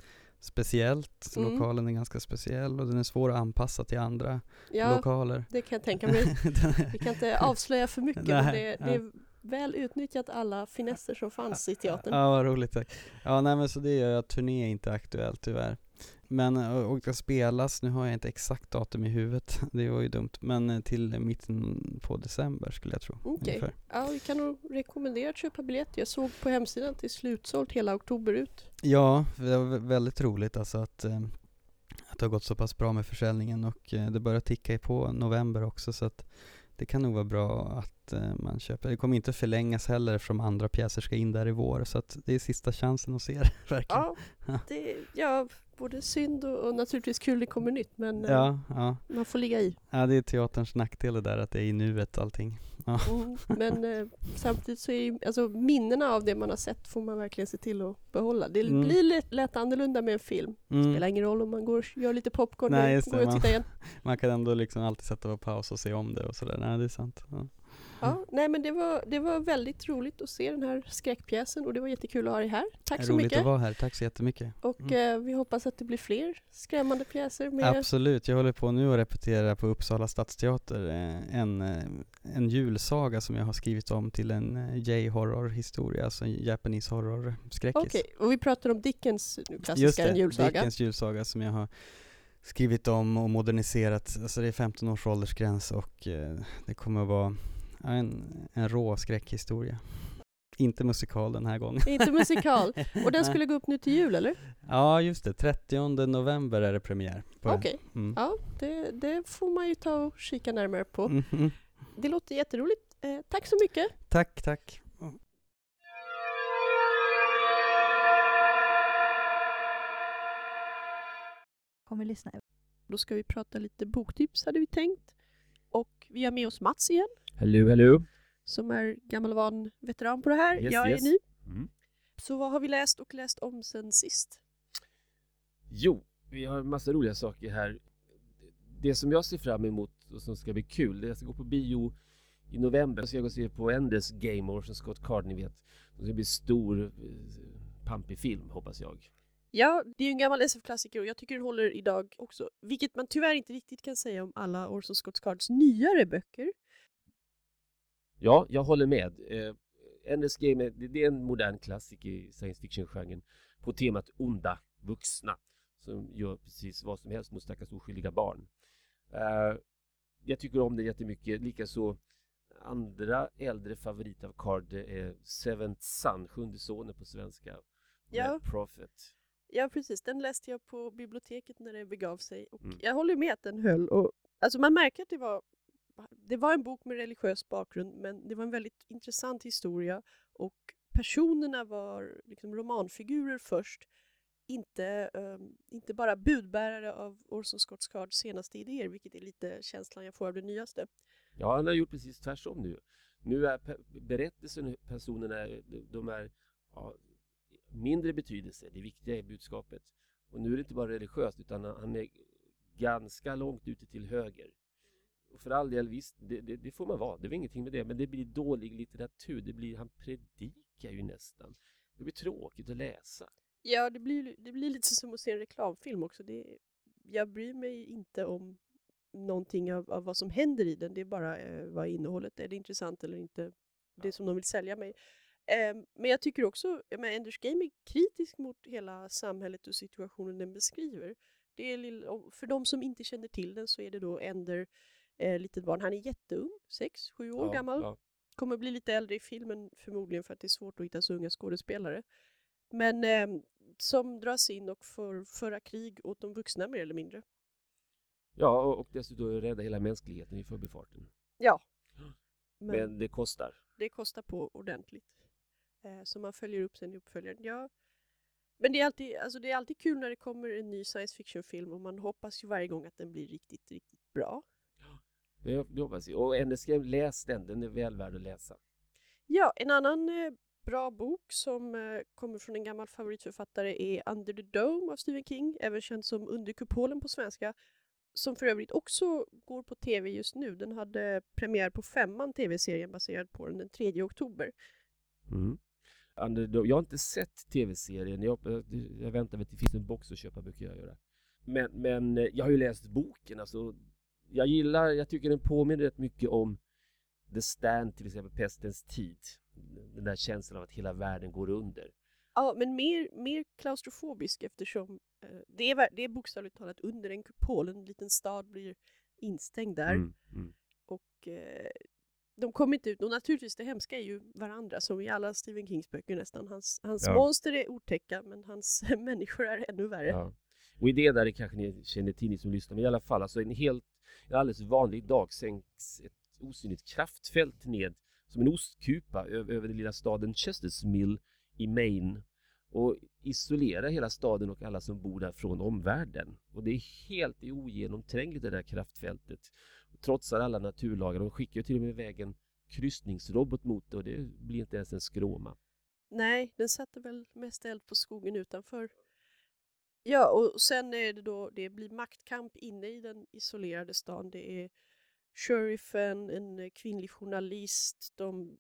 speciellt, Mm. lokalen är ganska speciell och den är svår att anpassa till andra Ja, lokaler. det kan jag tänka mig. Vi kan inte avslöja för mycket, Nej, men det, det ja. är väl utnyttjat alla finesser som fanns i teatern. Ja, vad roligt, tack. Ja, nej men så det gör jag, turné är inte aktuellt tyvärr. Men och och det spelas, nu har jag inte exakt datum i huvudet, det var ju dumt, men till mitten på december skulle jag tro. Okej. ungefär. Ja, vi kan nog rekommendera att köpa biljett. Jag såg på hemsidan att det är slutsålt hela oktober ut. Ja, det var vä- väldigt roligt alltså att, eh, att det har gått så pass bra med försäljningen, och eh, det börjar ticka i på november också, så att det kan nog vara bra att eh, man köper. Det kommer inte förlängas heller eftersom andra pjäser ska in där i vår, så att det är sista chansen att se det, verkligen. Ja, det är ja, både synd och, och naturligtvis kul det kommer nytt, men eh, Ja, ja. man får ligga i. Ja, det är teaterns nackdel det där, att det är i nuet allting. Ja. Mm, men eh, samtidigt så är ju, alltså, minnena av det man har sett får man verkligen se till att behålla. Det Mm. blir lätt, lätt annorlunda med en film. Mm. Spelar ingen roll om man går och gör lite popcorn Nej, och just det, går och man- tittar igen. Man kan ändå liksom alltid sätta på paus och se om det och sådär. Nej, det är sant. Ja. Ja, nej, men det var, det var väldigt roligt att se den här skräckpjäsen och det var jättekul att ha dig här. Tack så Roligt mycket. att vara här, tack så jättemycket. Och Mm. eh, vi hoppas att det blir fler skrämmande pjäser med Absolut, jag håller på nu att repetera på Uppsala stadsteater eh, en, eh, en julsaga som jag har skrivit om till en eh, J-horror-historia, alltså en Japanese horror-skräckis. Okej, och vi pratar om Dickens nu, Just klassiska det, en julsaga. Dickens julsaga som jag har skrivit om och moderniserat. Alltså det är femton års åldersgräns och eh, det kommer att vara ja, en, en rå skräckhistoria. Inte musikal den här gången. Inte musikal. Och den skulle gå upp nu till jul, eller? Ja, just det. trettionde november är det premiär. på den. Okej, Mm. ja, det, det får man ju ta och kika närmare på. Mm, mm. Det låter jätteroligt. Eh, tack så mycket. Tack, tack. Kommer lyssna. Då ska vi prata lite boktips, hade vi tänkt. Och vi har med oss Mats igen, Hello, hello. som är gammal van veteran på det här. Yes, Jag yes. är ny. Mm. Så vad har vi läst och läst om sen sist? Jo, vi har en massa roliga saker här. Det som jag ser fram emot och som ska bli kul, det är att jag ska gå på bio i november. Så jag går och se på Endless Game, och som Scott Card, ni vet. Det ska bli stor, eh, pampig film, hoppas jag. Ja, det är ju en gammal S F-klassiker och jag tycker den håller idag också. Vilket man tyvärr inte riktigt kan säga om alla Orson Scott Cards nyare böcker. Ja, jag håller med. Eh, Endless Game, är, det, det är en modern klassiker i science fiction-genren på temat onda vuxna som gör precis vad som helst mot stackars oskyldiga barn. Eh, jag tycker om det jättemycket. Likaså andra äldre favorit av Card är Seventh Son, sjunde sonen på svenska. Ja. Red Prophet. Ja, precis. Den läste jag på biblioteket när det begav sig. Och Mm. jag håller med att den höll. Och, alltså man märker att det var, det var en bok med religiös bakgrund, men det var en väldigt intressant historia. Och personerna var liksom romanfigurer först. Inte, um, inte bara budbärare av Orson Scott Cards senaste idéer, vilket är lite känslan jag får av det nyaste. Ja, han har gjort precis tvärtom nu. Nu är pe- berättelsen, personerna, de är ja, mindre betydelse. Det viktiga är budskapet. Och nu är det inte bara religiöst, utan han är ganska långt ute till höger. Och för all del, visst, det, det, det får man vara. Det är ingenting med det. Men det blir dålig litteratur. Det blir, han predikar ju nästan. Det blir tråkigt att läsa. Ja, det blir, det blir lite som att se en reklamfilm också. Det, jag bryr mig inte om någonting av, av vad som händer i den. Det är bara eh, vad innehållet är. Är det intressant eller inte? Det som de vill sälja mig. Eh, men jag tycker också, jag menar, Ender's Game är kritisk mot hela samhället och situationen den beskriver. Det är lill, för de som inte känner till den så är det då Ender, eh, litet barn. Han är jätteung, sex, sju år Ja, gammal. ja. Kommer bli lite äldre i filmen förmodligen för att det är svårt att hitta så unga skådespelare. Men eh, som dras in och får föra krig åt de vuxna mer eller mindre. Ja, och, och dessutom rädda hela mänskligheten i förbifarten. Ja. Men, Men det kostar. det kostar på ordentligt. Eh, så man följer upp sen i uppföljaren. Ja. Men det är, alltid, alltså det är alltid kul när det kommer en ny science fiction-film och man hoppas ju varje gång att den blir riktigt, riktigt bra. Det, det hoppas jag. Och Ender's Game, läs den. Den är väl värd att läsa. Ja, en annan eh, bra bok som eh, kommer från en gammal favoritförfattare är Under the Dome av Stephen King, även känd som Under kupolen på svenska, som för övrigt också går på tv just nu. Den hade premiär på Femman, tv-serien baserad på den den tredje oktober. Mm. Under the Dome. Jag har inte sett tv-serien. Jag, jag väntar väl till det finns en box att köpa, brukar jag göra. Men, men jag har ju läst boken. Alltså, jag gillar, jag tycker den påminner rätt mycket om The Stand, till exempel Pestens tid. Den där känslan av att hela världen går under. Ja, men mer, mer klaustrofobisk eftersom eh, det, är, det är bokstavligt talat under en kupol. En liten stad blir instängd där. Mm, mm. Och eh, de kommer inte ut. Och naturligtvis det hemska är ju varandra, som i alla Stephen Kings böcker nästan. Hans, hans Ja. monster är otäcka, men hans människor är ännu värre. Ja. Och i det där, det kanske ni känner till, ni som lyssnar, men i alla fall, alltså en helt, en alldeles vanlig dag sänks ett osynligt kraftfält ned som en ostkupa över, över den lilla staden Chester's Mill i Maine och isolerar hela staden och alla som bor där från omvärlden. Och det är helt ogenomträngligt det där kraftfältet. Trotsar alla naturlagar. De skickar ju till och med iväg en kryssningsrobot mot det och det blir inte ens en skråma. Nej, den satte väl mest eld på skogen utanför. Ja, och sen är det då, det blir maktkamp inne i den isolerade stan. Det är sheriffen, en kvinnlig journalist, de,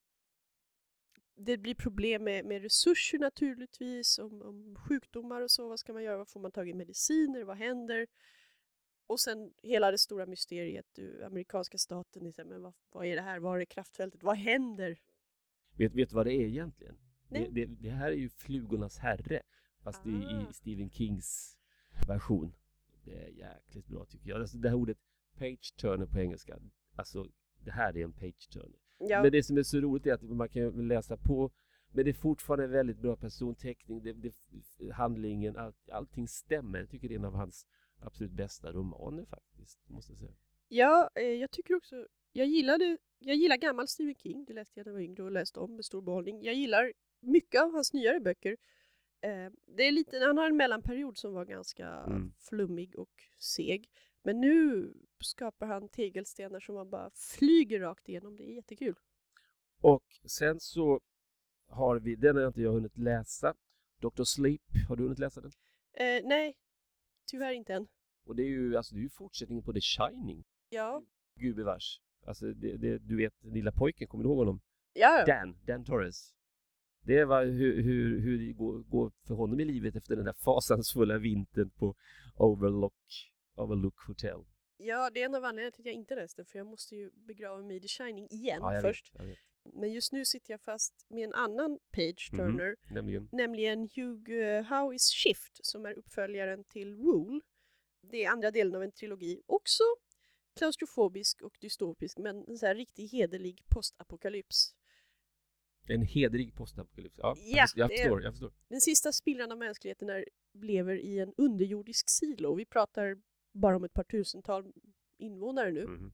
det blir problem med, med resurser naturligtvis, om, om sjukdomar och så, vad ska man göra, vad får man tag i mediciner, vad händer? Och sen hela det stora mysteriet, du, amerikanska staten, är så här, men vad, vad är det här, var är kraftfältet, vad händer? Vet vet vad det är egentligen? Nej. Det, det, det här är ju Flugornas herre, fast i, Ah. i Stephen Kings version. Det är jäkligt bra tycker jag. Alltså det här ordet page-turner på engelska, alltså det här är en page-turner. Ja, Men det som är så roligt är att man kan läsa på, men det är fortfarande en väldigt bra personteckning, det, det, handlingen, all, allting stämmer. Jag tycker det är en av hans absolut bästa romaner faktiskt, måste jag säga. ja eh, jag tycker också, jag gillade, jag gillar gammal Stephen King, det läste jag när jag var yngre och läste om med stor behållning. Jag gillar mycket av hans nyare böcker. Eh, det är lite, han har en mellanperiod som var ganska Mm. flummig och seg. Men nu skapar han tegelstenar som man bara flyger rakt igenom. Det är jättekul. Och sen så har vi, den har jag inte jag hunnit läsa, doktor Sleep, har du hunnit läsa den? Eh, nej, tyvärr inte än. Och det är ju, alltså det är ju fortsättningen på The Shining. Ja, Gubevars. Alltså det, det, du vet, den lilla pojken, kommer du ihåg honom? ja. Dan, Dan Torres. Det var hur, hur, hur det går, går för honom i livet efter den där fasansfulla vintern på Overlook, Overlook Hotel. Ja, det är en av anledningarna till att jag inte läste, för jag måste ju begrava mig i The Shining igen Ja, jag först. vet, jag vet. Men just nu sitter jag fast med en annan page turner, Mhm, nämligen. nämligen Hugh uh, Howey's Shift, som är uppföljaren till Wool. Det är andra delen av en trilogi, också klaustrofobisk och dystopisk, men en så här riktigt hederlig postapokalyps. En hedrig postapokalyps. Ja, Ja, jag, jag, det är- förstår, jag förstår. Den sista spillran av mänskligheten är, lever i en underjordisk silo. Vi pratar bara om ett par tusental invånare nu. Mhm.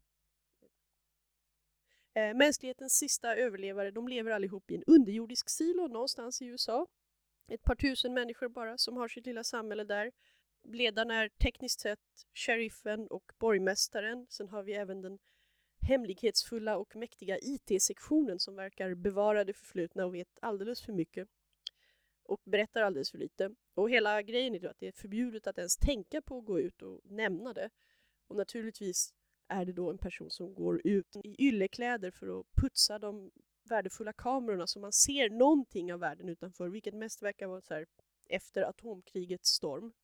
Eh, mänsklighetens sista överlevare, de lever allihop i en underjordisk silo någonstans i U S A. Ett par tusen människor bara som har sitt lilla samhälle där. Ledarna är tekniskt sett sheriffen och borgmästaren. Sen har vi även den hemlighetsfulla och mäktiga I T-sektionen som verkar bevara det förflutna och vet alldeles för mycket. Och berättar alldeles för lite. Och hela grejen är då att det är förbjudet att ens tänka på att gå ut och nämna det. Och naturligtvis är det då en person som går ut i yllekläder för att putsa de värdefulla kamerorna så man ser någonting av världen utanför, vilket mest verkar vara så här efter atomkrigets storm.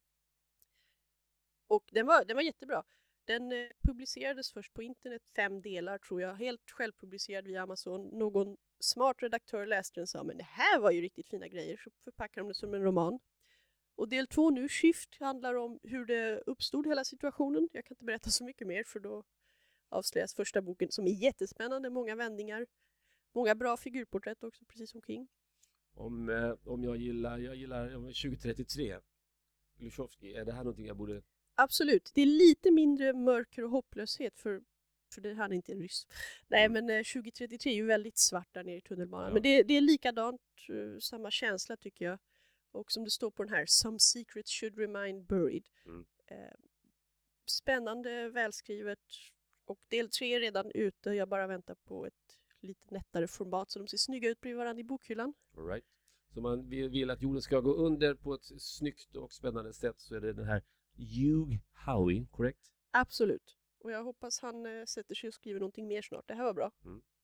Och den var, den var jättebra. Den eh, publicerades först på internet, fem delar tror jag, helt självpublicerad via Amazon. Någon smart redaktör läste den och sa, men det här var ju riktigt fina grejer, så förpackar de det som en roman. Och del två nu, Shift, handlar om hur det uppstod hela situationen. Jag kan inte berätta så mycket mer för då avslöjas första boken som är jättespännande, många vändningar. Många bra figurporträtt också, precis som King. Om, eh, om jag gillar, jag gillar tjugo trettiotre, Glushovski, är det här någonting jag borde... Absolut, det är lite mindre mörker och hopplöshet för, för det här är inte en ryss. Nej, Mm. men eh, tjugo trettiotre är ju väldigt svart där nere i tunnelbanan. Ja. Men det, det är likadant, eh, samma känsla tycker jag. Och som det står på den här, Some secrets should remain buried. Mm. Eh, spännande, välskrivet. Och del tre är redan ute, jag bara väntar på ett lite nättare format så de ser snygga ut bredvid varandra i bokhyllan. All right. Så man vill, vill att jorden ska gå under på ett snyggt och spännande sätt, så är det den här Hugh Howey, korrekt? Absolut. Och jag hoppas han eh, sätter sig och skriver någonting mer snart. Det här var bra.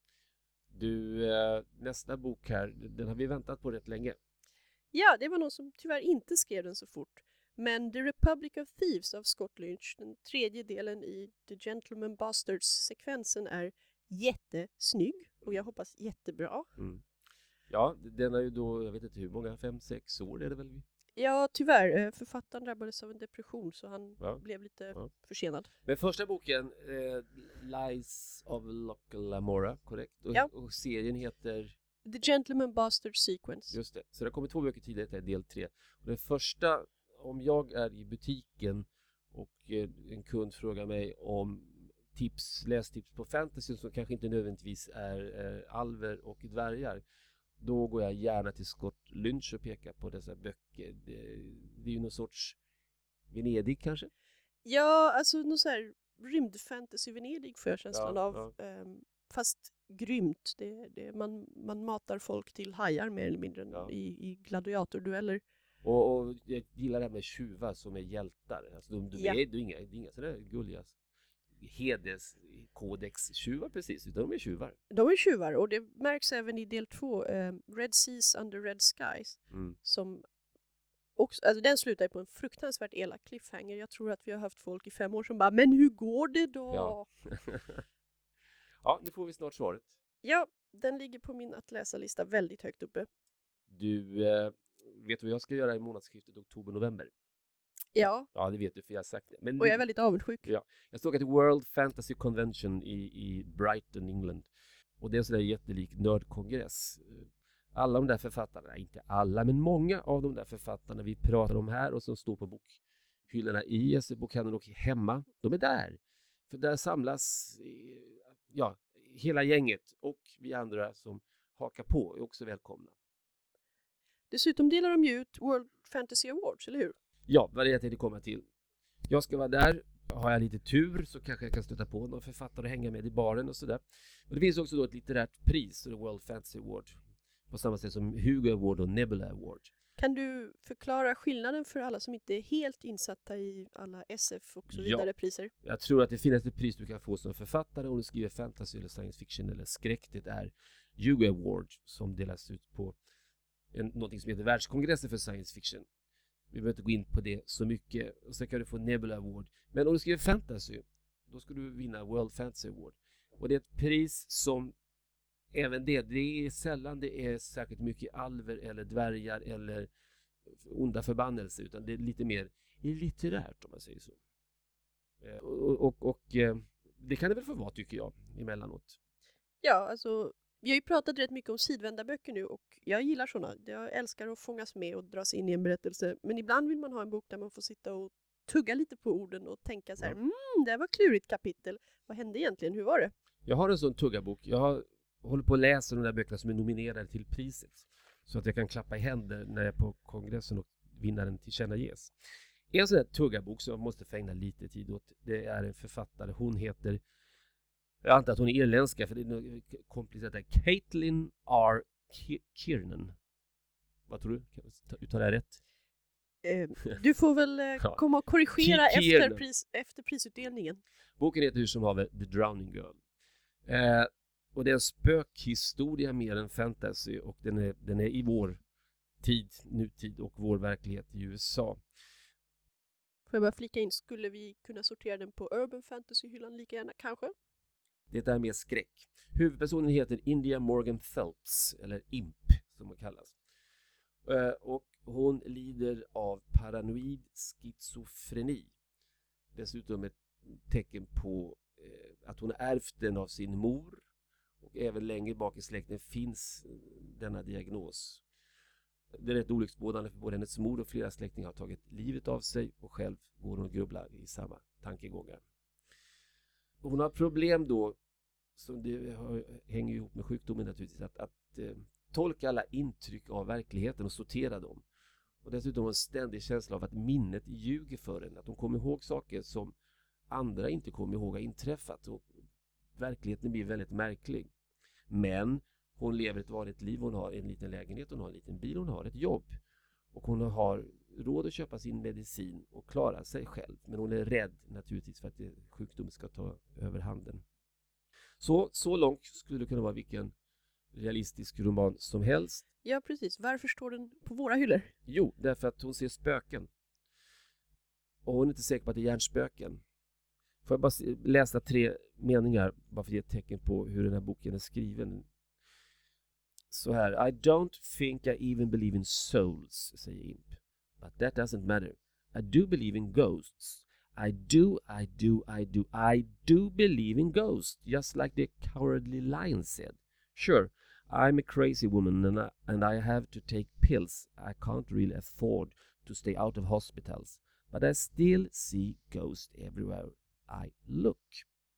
Du, eh, nästa bok här, den har vi väntat på rätt länge. Ja, det var någon som tyvärr inte skrev den så fort. Men The Republic of Thieves av Scott Lynch, den tredje delen i The Gentleman Bastards-sekvensen, är jättesnygg och jag hoppas jättebra. Mm. Ja, den är ju då, jag vet inte hur många, fem, sex år är det väl? Ja, tyvärr. eh, Författaren drabbades av en depression så han Ja. blev lite Ja. försenad. Men första boken, eh, Lies of Locke Lamora, korrekt? Och, Ja. och serien heter, The Gentleman Bastards Sequence. just det, så det kommer två böcker tidigare, det är del tre. Och den första, om jag är i butiken och eh, en kund frågar mig om tips, lästips på fantasy som kanske inte nödvändigtvis är eh, alver och dvärgar, då går jag gärna till Scott Lynch och pekar på dessa böcker. Det, det är ju någon sorts Venedig kanske? Ja, alltså någon så här rymdfantasy-Venedig får jag känslan Ja, av. Ehm, fast grymt. Det, det, man, man matar folk till hajar mer eller mindre Ja. i, i gladiatordueller. Och, och jag gillar det här med tjuvar som är hjältar. Alltså de, de Ja. är, det är inga, det är inga sådär gulliga hederskodex-tjuvar precis, utan de är tjuvar. De är tjuvar och det märks även i del två, ehm, Red Seas Under Red Skies. Mm. Som också, alltså den slutar ju på en fruktansvärt elak cliffhanger. Jag tror att vi har haft folk i fem år som bara, men hur går det då? Ja. Ja, nu får vi snart svaret. Ja, den ligger på min att läsa-lista väldigt högt uppe. Du, eh, vet du vad jag ska göra i månadsskiftet oktober-november? Ja, Ja, det vet du för jag har sagt det. Men och jag är väldigt avundsjuk. Ja, jag ska åka till World Fantasy Convention i, i Brighton, England. Och det är en sån där jättelik nördkongress. Alla de där författarna, inte alla, men många av de där författarna vi pratar om här och som står på bokhyllorna i S E-bokhandeln och hemma, de är där. För där samlas eh, ja, hela gänget och vi andra som hakar på är också välkomna. Dessutom delar de ju ut World Fantasy Awards, eller hur? Ja, vad är det jag tänkte komma till? Jag ska vara där. Har jag lite tur så kanske jag kan stöta på någon författare och hänga med i baren och sådär. Och det finns också då ett litterärt pris, The World Fantasy Award. På samma sätt som Hugo Award och Nebula Award. Kan du förklara skillnaden för alla som inte är helt insatta i alla S F och så vidare Ja. priser? Jag tror att det finaste pris du kan få som författare om du skriver fantasy eller science fiction eller skräck, det är Hugo Award som delas ut på en, någonting som heter Världskongressen för science fiction. Vi behöver inte gå in på det så mycket. Och sen kan du få Nebula Award. Men om du skriver fantasy, då ska du vinna World Fantasy Award. Och det är ett pris som, även det, det är sällan det är särskilt mycket alver eller dvärgar eller onda förbannelser, utan det är lite mer litterärt om man säger så. Eh, Och, och, och eh, det kan det väl få vara, tycker jag, emellanåt. Ja, alltså Vi har ju pratat rätt mycket om sidvända böcker nu och jag gillar sådana. Jag älskar att fångas med och dras in i en berättelse. Men ibland vill man ha en bok där man får sitta och tugga lite på orden och tänka så här, mm, det var klurigt kapitel. Vad hände egentligen? Hur var det? Jag har en sån tuggabok. Jag har, håller på att läsa de där böckerna som är nominerade till priset. Så att jag kan klappa i händer när jag är på kongressen och vinnaren tillkännages. En sån här tuggabok som jag måste få ägna lite tid åt, det är en författare. Hon heter, jag antar att hon är irländska för det är något komplicerat. Caitlin R. Kiernan. Vad tror du? Kan jag uttala det här rätt? Eh, du får väl eh, Ja. komma och korrigera Ki- efter, Kiernan. pris, efter prisutdelningen. Boken heter hur som haver The Drowning Girl. Eh, och det är en spökhistoria mer än fantasy och den är, den är i vår tid, nutid och vår verklighet i U S A. Får jag bara flika in, skulle vi kunna sortera den på Urban Fantasy-hyllan lika gärna kanske? Det är mer skräck. Huvudpersonen heter India Morgan Phelps, eller I M P som hon kallas. Eh, och hon lider av paranoid schizofreni. Dessutom ett tecken på eh, att hon har ärvt den av sin mor. Och även längre bak i släkten finns denna diagnos. Det är rätt olycksbådande för både hennes mor och flera släktingar har tagit livet av sig och själv går hon och grubblar i samma tankegångar. Och hon har problem då, som det har, hänger ihop med sjukdomen naturligtvis, att, att eh, tolka alla intryck av verkligheten och sortera dem. Och dessutom har hon en ständig känsla av att minnet ljuger för henne, att hon kommer ihåg saker som andra inte kommer ihåg har inträffat och verkligheten blir väldigt märklig. Men hon lever ett vanligt liv, hon har en liten lägenhet, hon har en liten bil, hon har ett jobb. Och hon har råd att köpa sin medicin och klara sig själv. Men hon är rädd naturligtvis för att sjukdomen ska ta över handen. Så, så långt skulle det kunna vara vilken realistisk roman som helst. Ja, precis. Varför står den på våra hyllor? Jo, därför att hon ser spöken. Och hon är inte säker på att det är hjärnspöken. Får jag bara läsa tre meningar bara för att ge ett tecken på hur den här boken är skriven. Så här: I don't think I even believe in souls, säger I M P. But that doesn't matter. I do believe in ghosts. I do, I do, I do, I do believe in ghosts, just like the cowardly lion said. Sure, I'm a crazy woman and I, and I have to take pills. I can't really afford to stay out of hospitals. But I still see ghosts everywhere I look.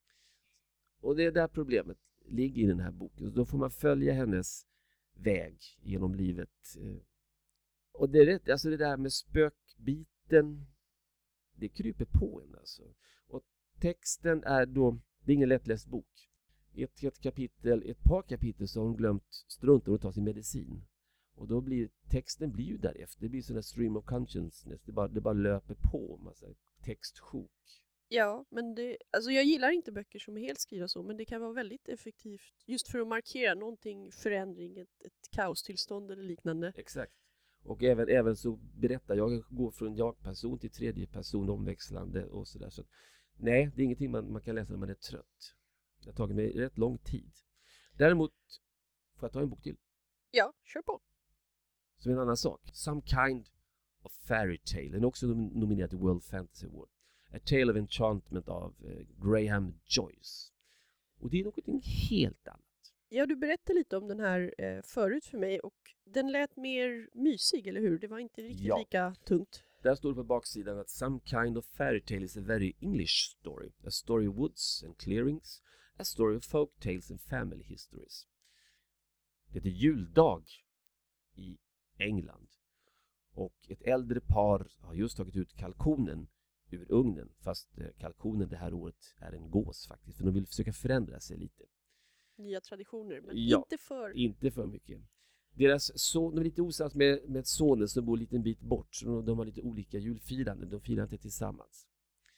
Och det är där problemet ligger i den här boken. Då får man följa hennes väg genom livet. Och det är rätt, alltså det där med spökbiten, det kryper på en alltså. Och texten är då, det är ingen lättläst bok. I ett, ett kapitel, ett par kapitel så har hon glömt strunta och ta sin medicin. Och då blir texten blir ju därefter. Det blir sån där stream of consciousness. Det bara, det bara löper på massa textsjok. Ja, men det, alltså jag gillar inte böcker som är helt skrivna så, men det kan vara väldigt effektivt just för att markera någonting, förändring, ett, ett kaostillstånd eller liknande. Exakt. Och även, även så berättar jag, går från jag-person till tredje person omväxlande och sådär. Så nej, det är ingenting man, man kan läsa när man är trött. Det har tagit mig rätt lång tid. Däremot, får jag ta en bok till? Ja, kör på. Så en annan sak. Some Kind of Fairy Tale. Den är också nominerad till World Fantasy Award. A Tale of Enchantment av uh, Graham Joyce. Och det är något helt annat. Ja, du berättade lite om den här eh, förut för mig och den lät mer mysig, eller hur? Det var inte riktigt Ja. lika tungt. Där står det på baksidan att Some Kind of Fairy Tale is a very English story. A story of woods and clearings. A story of folk tales and family histories. Det är juldag i England. Och ett äldre par har just tagit ut kalkonen ur ugnen. Fast kalkonen det här året är en gås faktiskt. För de vill försöka förändra sig lite. Nya traditioner, men Ja, inte för... Inte för mycket. Deras son, de är lite osams med, med sonen som bor en liten bit bort. Så de, de har lite olika julfiranden. De firar inte tillsammans.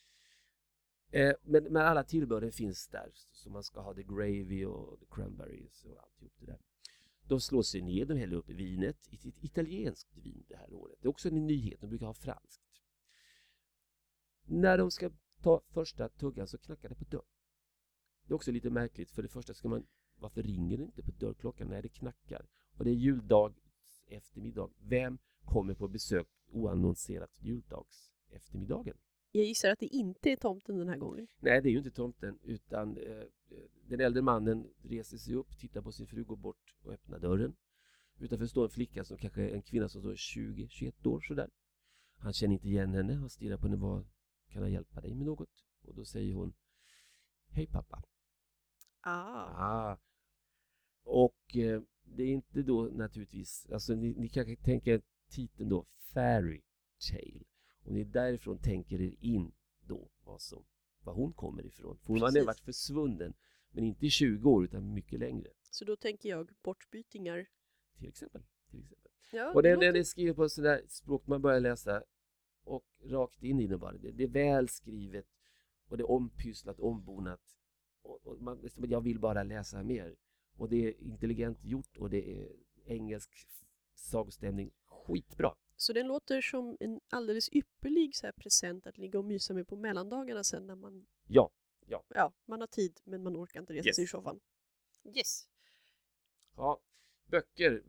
Eh, men, men alla tillbehören finns där. Så man ska ha the gravy och the cranberries och alltihop det där. De slår sig ner, de häller upp vinet. Ett, ett italienskt vin det här året. Det är också en nyhet, de brukar ha franskt. När de ska ta första tuggan så knackar det på dörren. Det är också lite märkligt. För det första ska man, varför ringer det inte på dörrklockan när det knackar? Och det är juldag eftermiddag. Vem kommer på besök oannonserat juldags eftermiddagen? Jag gissar att det inte är tomten den här gången. Nej, det är ju inte tomten, utan eh, den äldre mannen reser sig upp, tittar på sin fru, går bort och öppnar dörren. Utanför står en flicka som kanske är en kvinna som står tjugo till tjugoett år sådär. Han känner inte igen henne, han stirrar på henne. Vad kan jag hjälpa dig med något? Och då säger hon: hej pappa. Ah. Ah. Och eh, det är inte då naturligtvis, alltså ni, ni kan tänka titeln då, Fairy Tale. Och ni därifrån tänker er in då vad, som, vad hon kommer ifrån. För hon har varit försvunnen, men inte i tjugo år utan mycket längre. Så då tänker jag bortbytingar. Till exempel. Till exempel. Ja, och den, låter... den är skriven på sådär språk man börjar läsa och rakt in i den bara. Det, det är väl skrivet och det är ompysslat, ombonat. Och, och man, jag vill bara läsa mer. Och det är intelligent gjort och det är engelsk sagostämning. Skitbra. Så den låter som en alldeles ypperlig så här present att ligga och mysa med på mellandagarna sen när man... Ja, ja. Ja, man har tid men man orkar inte resa Yes. sig i soffan. Yes. Ja, böcker.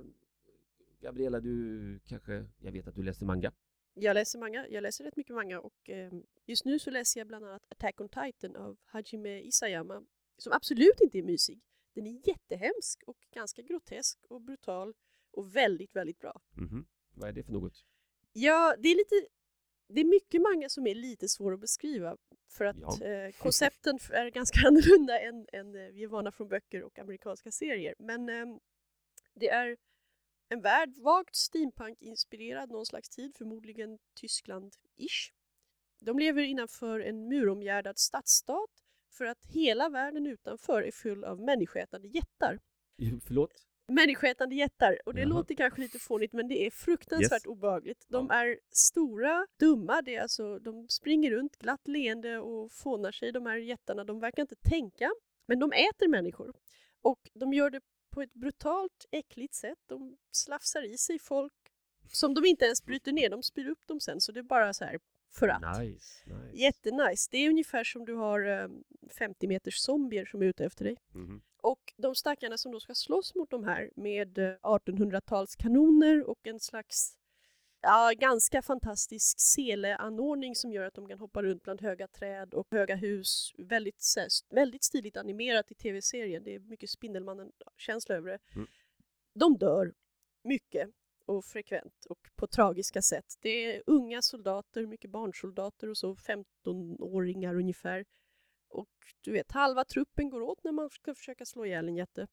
Gabriella, du kanske... Jag vet att du läser manga. Jag läser manga. Jag läser rätt mycket manga och eh, just nu så läser jag bland annat Attack on Titan av Hajime Isayama som absolut inte är mysig. Den är jättehemsk och ganska grotesk och brutal och väldigt, väldigt bra. Mm-hmm. Vad är det för något? Ja, det är lite... Det är mycket manga som är lite svår att beskriva för att Ja. eh, koncepten är ganska annorlunda än, än eh, vi är vana från böcker och amerikanska serier. Men eh, det är en värld vagt steampunk-inspirerad någon slags tid, förmodligen Tyskland-ish. De lever innanför en muromgärdad stadsstat för att hela världen utanför är full av människoätande jättar. Förlåt? Människoätande jättar. Och det Jaha. låter kanske lite fånigt men det är fruktansvärt Yes. obehagligt. De Ja. är stora, dumma. Det är alltså, de springer runt glatt leende och fånar sig, de här jättarna. De verkar inte tänka, men de äter människor. Och de gör det på ett brutalt, äckligt sätt. De slafsar i sig folk som de inte ens bryter ner. De spyr upp dem sen, så det är bara så här för att. Nice, nice. Jättenice. Det är ungefär som du har um, femtio meters zombier som är ute efter dig. Mm-hmm. Och de stackarna som då ska slåss mot de här med artonhundratals kanoner och en slags ja, ganska fantastisk seleanordning som gör att de kan hoppa runt bland höga träd och höga hus. Väldigt, väldigt stiligt animerat i tv-serien. Det är mycket Spindelmannen-känsla över det. Mm. De dör mycket och frekvent och på tragiska sätt. Det är unga soldater, mycket barnsoldater och så femtonåringar ungefär. Och du vet, halva truppen går åt när man ska försöka slå ihjäl en jätte.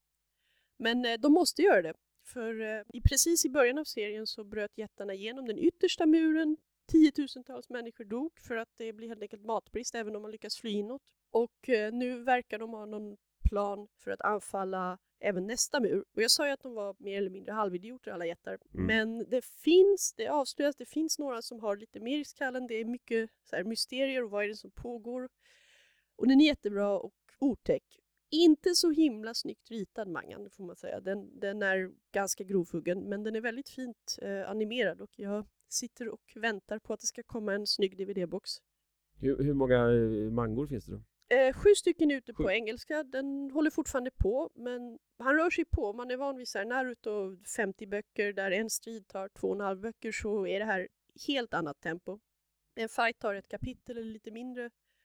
Men eh, de måste göra det. För eh, i, precis i början av serien så bröt jättarna igenom den yttersta muren. Tiotusentals människor dog för att det blir helt enkelt matbrist även om man lyckas fly inåt. Och eh, nu verkar de ha någon plan för att anfalla även nästa mur. Och jag sa ju att de var mer eller mindre halvidioter alla jättar. Mm. Men det finns, det avslöjas, det finns några som har lite mer i skallen. Det är mycket så här, mysterier och vad är det som pågår. Och den är jättebra och otäck. Inte så himla snyggt ritad mangan, får man säga. Den, den är ganska grovhuggen, men den är väldigt fint eh, animerad. Och jag sitter och väntar på att det ska komma en snygg D V D-box. Hur, hur många eh, mangor finns det då? Eh, sju stycken ute Sju. på engelska. Den håller fortfarande på, men han rör sig på. Man är van vid så här, Naruto femtio böcker där en strid tar två och en halv böcker, så är det här helt annat tempo. En fight tar ett kapitel eller lite mindre.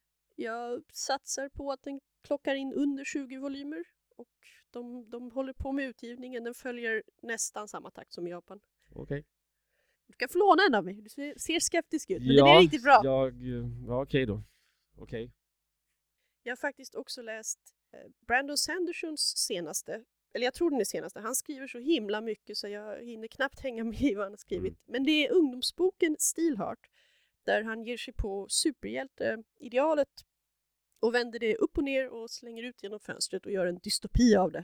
Jag satsar på att den klockar in under tjugo volymer och de, de håller på med utgivningen. Den följer nästan samma takt som i Japan. Okej. Okay. Du kan få låna en av mig. Du ser, ser skeptisk ut, men ja, den är riktigt bra. Jag, ja, okej okay då. Okej. Okay. Jag har faktiskt också läst eh, Brandon Sandersons senaste, eller jag tror den är senaste. Han skriver så himla mycket så jag hinner knappt hänga med i vad han har skrivit. Mm. Men det är ungdomsboken Steelheart, där han ger sig på superhjälte-idealet och vänder det upp och ner och slänger ut genom fönstret och gör en dystopi av det.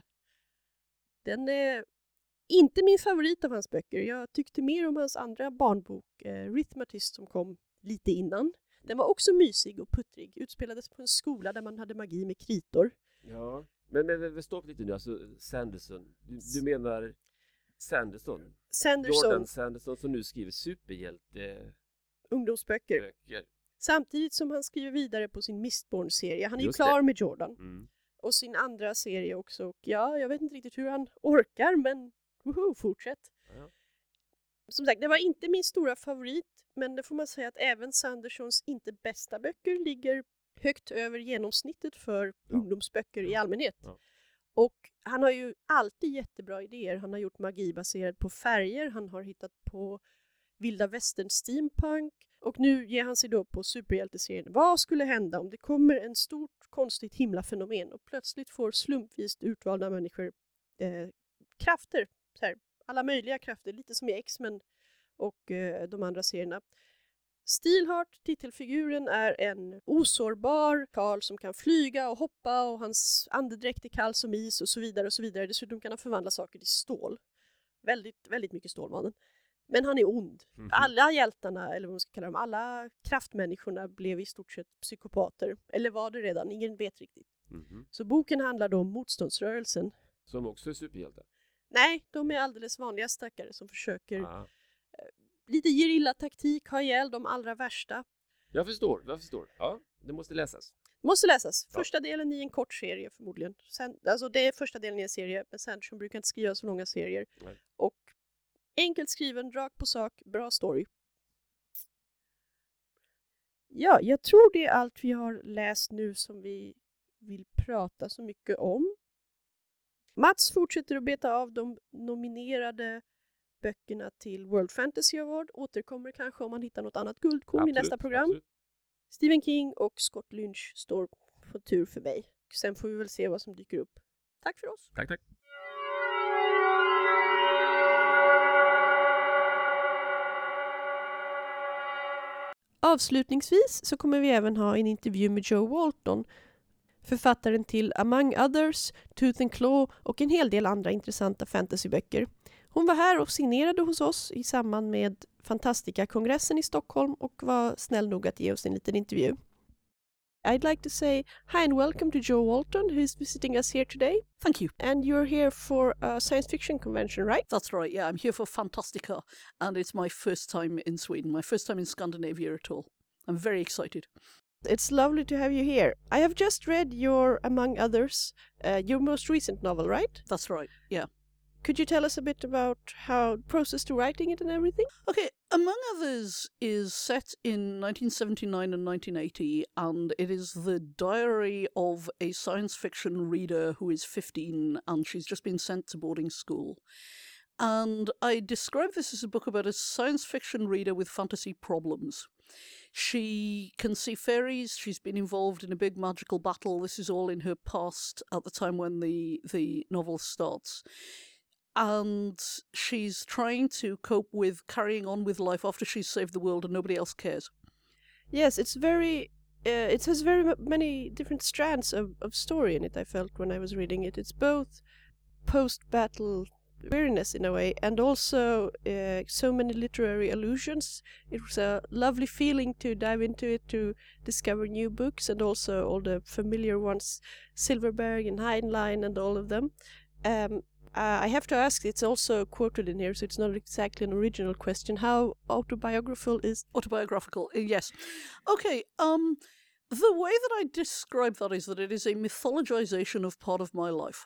Den är inte min favorit av hans böcker. Jag tyckte mer om hans andra barnbok, eh, Rhythmatist, som kom lite innan. Den var också mysig och puttrig. Utspelades på en skola där man hade magi med kritor. Ja, men, men, men stopp lite nu. Alltså Sanderson. Du, du menar Sanderson? Sanderson. Jordan Sanderson som nu skriver superhjälte... ungdomsböcker. Böcker. Samtidigt som han skriver vidare på sin Mistborn-serie. Han är Just ju klar det. med Jordan. Mm. Och sin andra serie också. Och ja, jag vet inte riktigt hur han orkar, men woho, fortsätt. Ja. Som sagt, det var inte min stora favorit, men det får man säga att även Sandersons inte bästa böcker ligger högt över genomsnittet för Ja. ungdomsböcker i allmänhet. Ja. Och han har ju alltid jättebra idéer. Han har gjort magi baserad på färger, han har hittat på vilda västern steampunk och nu ger han sig då på superhjälteserien. Vad skulle hända om det kommer en stort konstigt himlafenomen och plötsligt får slumpvis utvalda människor eh, krafter, så här, alla möjliga krafter, lite som i X-Men och eh, de andra serierna. Steelheart, titelfiguren, är en osårbar karl som kan flyga och hoppa och hans andedräkt är kall som is och så vidare och så vidare. Dessutom kan han förvandla saker till stål. Väldigt, väldigt mycket stålmannen. Men han är ond. Mhm. Alla hjältarna, eller vad man ska kalla dem, alla kraftmänniskorna blev i stort sett psykopater. Eller var det redan, ingen vet riktigt. Mhm. Så boken handlar då om motståndsrörelsen. Som också är superhjältar. Nej, de är alldeles vanliga stackare som försöker Ah. lite gerillataktik, ha ihjäl de allra värsta. Jag förstår, jag förstår. Ja, det måste läsas. Måste läsas. Ja. Första delen i en kort serie förmodligen. Sen, alltså det är första delen i en serie, men Sanderson brukar inte skriva så långa serier. Nej. Och enkelt skriven, rakt på sak, bra story. Ja, jag tror det är allt vi har läst nu som vi vill prata så mycket om. Mats fortsätter att beta av de nominerade böckerna till World Fantasy Award. Återkommer kanske om man hittar något annat guldkorn i Absolut, nästa program. absolut. Stephen King och Scott Lynch står på tur för mig. Sen får vi väl se vad som dyker upp. Tack för oss! Tack, tack. Avslutningsvis så kommer vi även ha en intervju med Joe Walton, författaren till Among Others, Tooth and Claw och en hel del andra intressanta fantasyböcker. Hon var här och signerade hos oss i samband med Fantastica-kongressen i Stockholm och var snäll nog att ge oss en liten intervju. I'd like to say hi and welcome to Joe Walton, who is visiting us here today. Thank you. And you're here for a science fiction convention, right? That's right, yeah. I'm here for Fantastica, and it's my first time in Sweden, my first time in Scandinavia at all. I'm very excited. It's lovely to have you here. I have just read your, among others, uh, your most recent novel, right? That's right, yeah. Could you tell us a bit about how process to writing it and everything? Okay, Among Others is set in nineteen seventy-nine and nineteen eighty, and it is the diary of a science fiction reader who is fifteen, and she's just been sent to boarding school. And I describe this as a book about a science fiction reader with fantasy problems. She can see fairies, she's been involved in a big magical battle. This is all in her past at the time when the, the novel starts. And she's trying to cope with carrying on with life after she's saved the world and nobody else cares. Yes, it's very... Uh, it has very m- many different strands of, of story in it, I felt, when I was reading it. It's both post-battle weariness in a way, and also uh, so many literary allusions. It was a lovely feeling to dive into it, to discover new books, and also all the familiar ones, Silverberg and Heinlein and all of them. Um, uh, I have to ask, it's also quoted in here, so it's not exactly an original question. How autobiographical is... Autobiographical, uh, yes. Okay, um, the way that I describe that is that it is a mythologization of part of my life.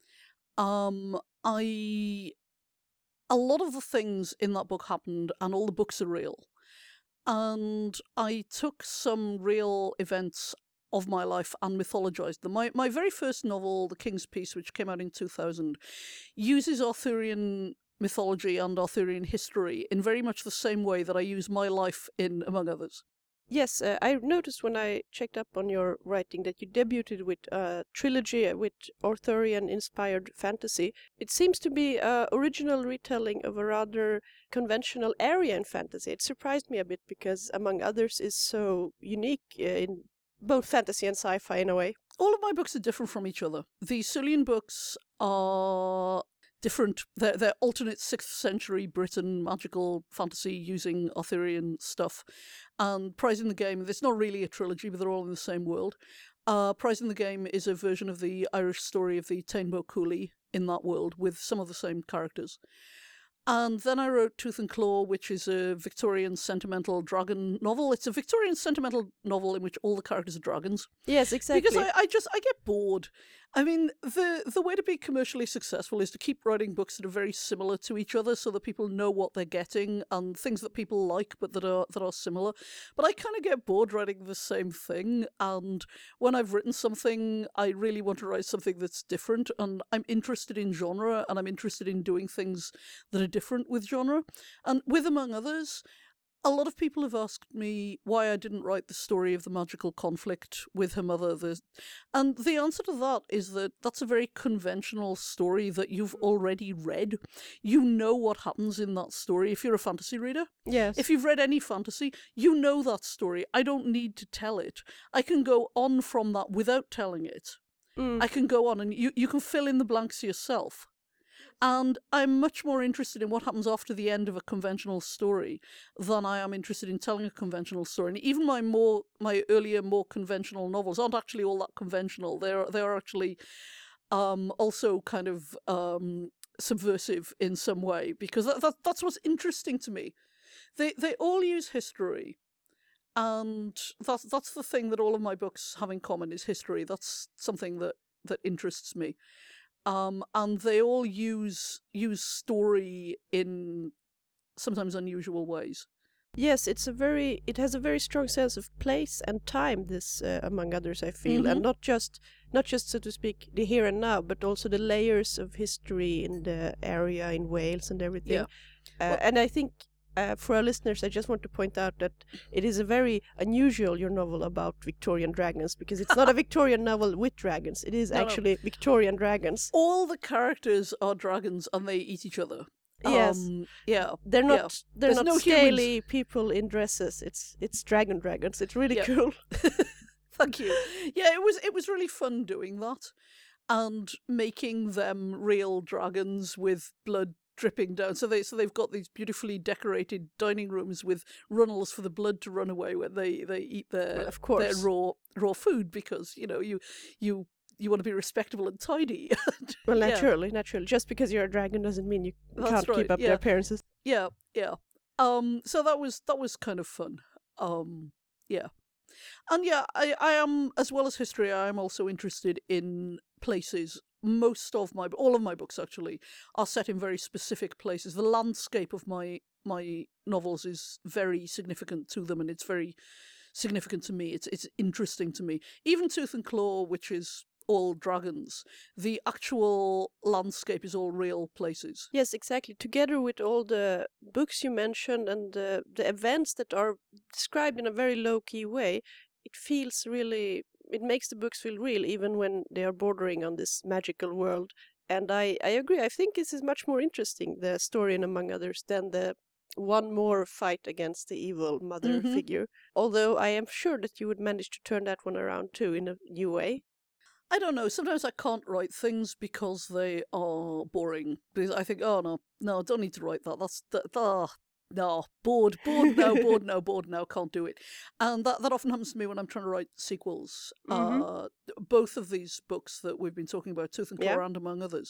Um, I... A lot of the things in that book happened, and all the books are real. And I took some real events of my life and mythologized them. My, my very first novel, The King's Peace, which came out in two thousand, uses Arthurian mythology and Arthurian history in very much the same way that I use my life in Among Others. Yes, uh, I noticed when I checked up on your writing that you debuted with a trilogy with Arthurian-inspired fantasy. It seems to be an original retelling of a rather conventional area in fantasy. It surprised me a bit because Among Others is so unique uh, in both fantasy and sci-fi in a way. All of my books are different from each other. The Sulian books are different. They're, they're alternate sixth century Britain magical fantasy using Arthurian stuff. And Prize in the Game, it's not really a trilogy, but they're all in the same world. Uh, Prize in the Game is a version of the Irish story of the Tainbo Cooley in that world with some of the same characters. And then I wrote Tooth and Claw, which is a Victorian sentimental dragon novel. It's a Victorian sentimental novel in which all the characters are dragons. Yes, exactly. Because I, I just, I get bored. I mean, the the way to be commercially successful is to keep writing books that are very similar to each other so that people know what they're getting and things that people like but that are that are similar. But I kind of get bored writing the same thing, and when I've written something, I really want to write something that's different, and I'm interested in genre, and I'm interested in doing things that are different with genre. And with Among Others, a lot of people have asked me why I didn't write the story of the magical conflict with her mother. The, and the answer to that is that that's a very conventional story that you've already read. You know what happens in that story if you're a fantasy reader. Yes. If you've read any fantasy, you know that story. I don't need to tell it. I can go on from that without telling it. Mm. I can go on and you, you can fill in the blanks yourself. And I'm much more interested in what happens after the end of a conventional story than I am interested in telling a conventional story. And even my more my earlier, more conventional novels aren't actually all that conventional. They're they're actually um, also kind of um, subversive in some way, because that, that that's what's interesting to me. They they all use history, and that's that's the thing that all of my books have in common is history. That's something that that interests me. Um, and they all use use story in sometimes unusual ways. Yes, it's a very it has a very strong sense of place and time. This, uh, among others, I feel, Mhm. and not just not just so to speak the here and now, but also the layers of history in the area in Wales and everything. Yeah. Uh, Well- and I think. Uh, for our listeners, I just want to point out that it is a very unusual your novel about Victorian dragons, because it's not a Victorian novel with dragons. It is No, no. actually Victorian dragons. All the characters are dragons and they eat each other. Yes. Um, yeah. They're not Yeah. they're There's not no scaly people in dresses. It's it's dragon dragons. It's really Yeah. cool. Thank you. Yeah, it was it was really fun doing that and making them real dragons with blood dripping down. So they so they've got these beautifully decorated dining rooms with runnels for the blood to run away when they, they eat their Well, of course. their raw raw food, because you know you you you want to be respectable and tidy. Well, Yeah. naturally, naturally. Just because you're a dragon doesn't mean you That's can't right, keep up yeah. their appearances. Yeah, yeah. Um, so that was that was kind of fun. Um, yeah, and yeah, I, I am, as well as history, I am also interested in places. Most of my, all of my books actually, are set in very specific places. The landscape of my my novels is very significant to them, and it's very significant to me. It's it's interesting to me. Even Tooth and Claw, which is all dragons, the actual landscape is all real places. Yes, exactly. Together with all the books you mentioned and the, the events that are described in a very low-key way, it feels really, it makes the books feel real, even when they are bordering on this magical world. And I, I agree. I think this is much more interesting, the story in Among Others, than the one more fight against the evil mother Mhm. figure. Although I am sure that you would manage to turn that one around too in a new way. I don't know. Sometimes I can't write things because they are boring. Because I think, oh no, no, don't need to write that. That's that. Ah, no, bored, bored now, bored now, bored now. Can't do it. And that that often happens to me when I'm trying to write sequels. Mhm. Uh, both of these books that we've been talking about, Tooth and Claw Yeah. and Among Others,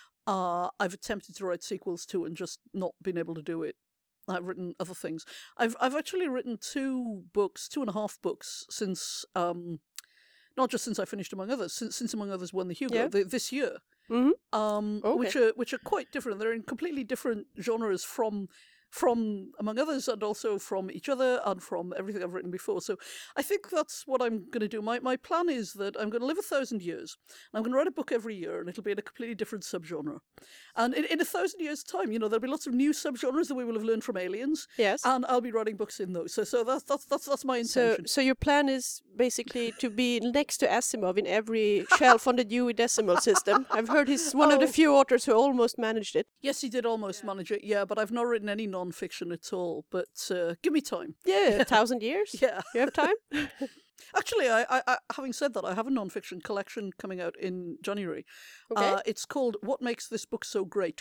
uh, I've attempted to write sequels to and just not been able to do it. I've written other things. I've I've actually written two books, two and a half books since. Um, Not just since I finished Among Others, since, since Among Others won the Hugo Yeah. the, this year, Mhm. um, Okay. which are which are quite different. They're in completely different genres from from Among Others, and also from each other, and from everything I've written before. So I think that's what I'm going to do. My my plan is that I'm going to live a thousand years, and I'm going to write a book every year, and it'll be in a completely different subgenre. And in, in a thousand years' time, you know, there'll be lots of new subgenres that we will have learned from Aliens, Yes. and I'll be writing books in those. So so that's that's that's that's my So, intention. so your plan is basically to be next to Asimov in every shelf on the Dewey Decimal System. I've heard he's one of the Oh. few authors who almost managed it. Yes, he did almost manage it, yeah, but I've not written any non-fiction at all. But uh, give me time. Yeah, a thousand years. Yeah. You have time. Actually, I, I, I, having said that, I have a non-fiction collection coming out in January. Okay. Uh, it's called What Makes This Book So Great?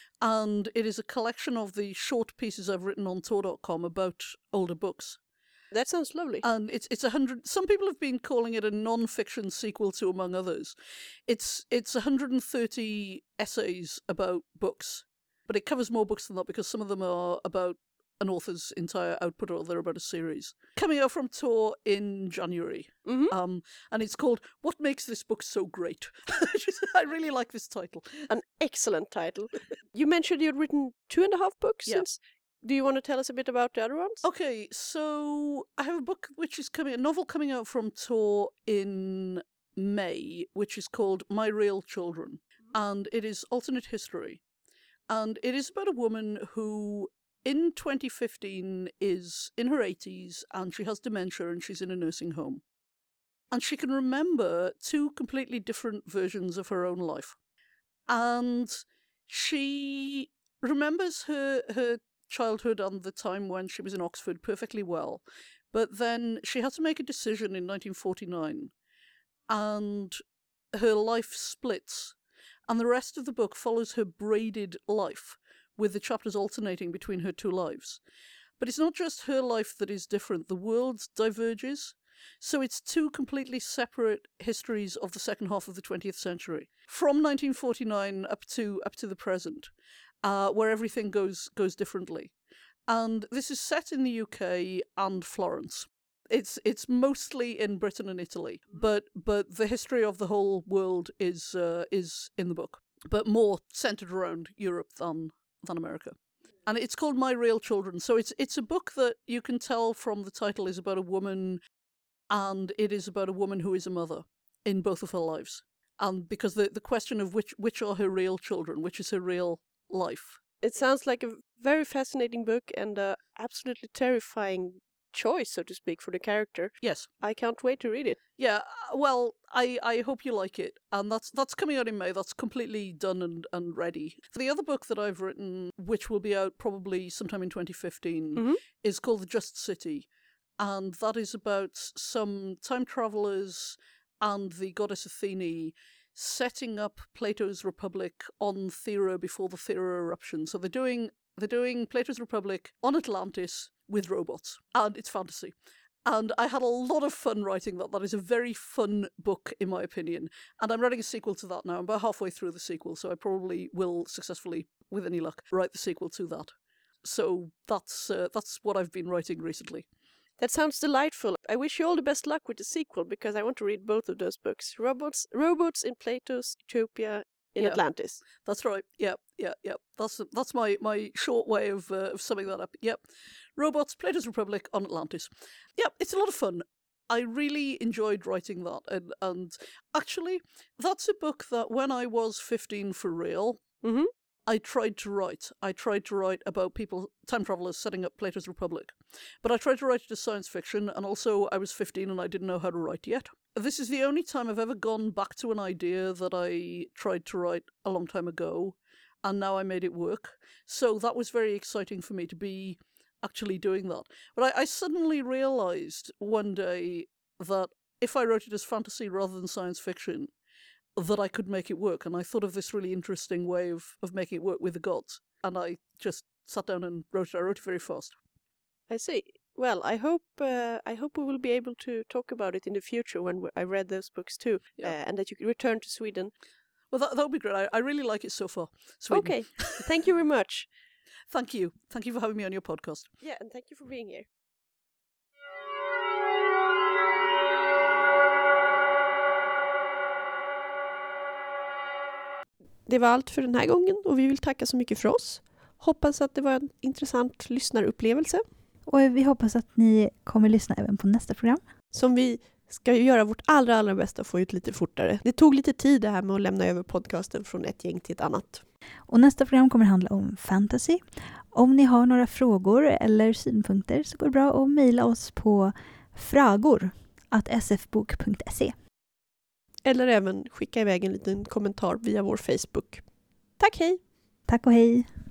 And it is a collection of the short pieces I've written on Tor dot com about older books. That sounds lovely. And it's it's a hundred. Some people have been calling it a non-fiction sequel to Among Others. It's it's one hundred thirty essays about books, But it covers more books than that because some of them are about an author's entire output or they're about a series. Coming out from Tor in January. Mm-hmm. Um, and it's called What Makes This Book So Great? I really like this title. An excellent title. You mentioned you'd written two and a half books Yeah. since. Do you want to tell us a bit about the other ones? Okay, so I have a book which is coming, a novel coming out from Tor in May, which is called My Real Children. And it is alternate history. And it is about a woman who in twenty fifteen is in her eighties and she has dementia and she's in a nursing home. And she can remember two completely different versions of her own life. And she remembers her, her childhood and the time when she was in Oxford perfectly well. But then she had to make a decision in nineteen forty-nine and her life splits. And the rest of the book follows her braided life, with the chapters alternating between her two lives. But it's not just her life that is different. The world diverges. So it's two completely separate histories of the second half of the twentieth century, from nineteen forty-nine up to up to the present, uh, where everything goes goes differently. And this is set in the U K and Florence. It's it's mostly in Britain and Italy, but but the history of the whole world is uh, is in the book, but more centered around Europe than than America. And it's called My Real Children. So it's it's a book that you can tell from the title is about a woman, and it is about a woman who is a mother in both of her lives. And because the, the question of which which are her real children, which is her real life. It sounds like a very fascinating book and a absolutely terrifying choice, so to speak, for the character. Yes. I can't wait to read it. Yeah, uh, well, I, I hope you like it. And that's that's coming out in May. That's completely done and, and ready. The other book that I've written, which will be out probably sometime in twenty fifteen, Mhm. is called The Just City. And that is about some time travelers and the goddess Athene setting up Plato's Republic on Thera before the Thera eruption. So they're doing they're doing Plato's Republic on Atlantis with robots, and it's fantasy. And I had a lot of fun writing that. That is a very fun book, in my opinion. And I'm writing a sequel to that now. I'm about halfway through the sequel, so I probably will successfully, with any luck, write the sequel to that. So that's uh, that's what I've been writing recently. That sounds delightful. I wish you all the best luck with the sequel, because I want to read both of those books. Robots robots in Plato's Utopia in Yeah. Atlantis. That's right. Yep, yep, yep. That's that's my, my short way of uh, of summing that up. Yep. Robots, Plato's Republic on Atlantis. Yep, it's a lot of fun. I really enjoyed writing that. And, and actually, that's a book that when I was fifteen for real, Mhm. I tried to write. I tried to write about people, time travelers, setting up Plato's Republic. But I tried to write it as science fiction, and also I was fifteen and I didn't know how to write yet. This is the only time I've ever gone back to an idea that I tried to write a long time ago, and now I made it work. So that was very exciting for me to be actually doing that. But I, I suddenly realized one day that if I wrote it as fantasy rather than science fiction, that I could make it work. And I thought of this really interesting way of, of making it work with the gods. And I just sat down and wrote it. I wrote it very fast. I see. Well, I hope uh, I hope we will be able to talk about it in the future when we- I read those books too, Yeah. uh, and that you can return to Sweden. Well, that, that would be great. I, I really like it so far. Sweden. Okay, thank you very much. Thank you. Thank you for having me on your podcast. Yeah, and thank you for being here. Det var allt för den här gången och vi vill tacka så mycket för oss. Hoppas att det var en intressant lyssnarupplevelse. Och vi hoppas att ni kommer lyssna även på nästa program. Som vi ska ju göra vårt allra, allra bästa att få ut lite fortare. Det tog lite tid det här med att lämna över podcasten från ett gäng till ett annat. Och nästa program kommer handla om fantasy. Om ni har några frågor eller synpunkter så går det bra att mejla oss på fragor at s f bok punkt se. Eller även skicka iväg en liten kommentar via vår Facebook. Tack, hej! Tack och hej!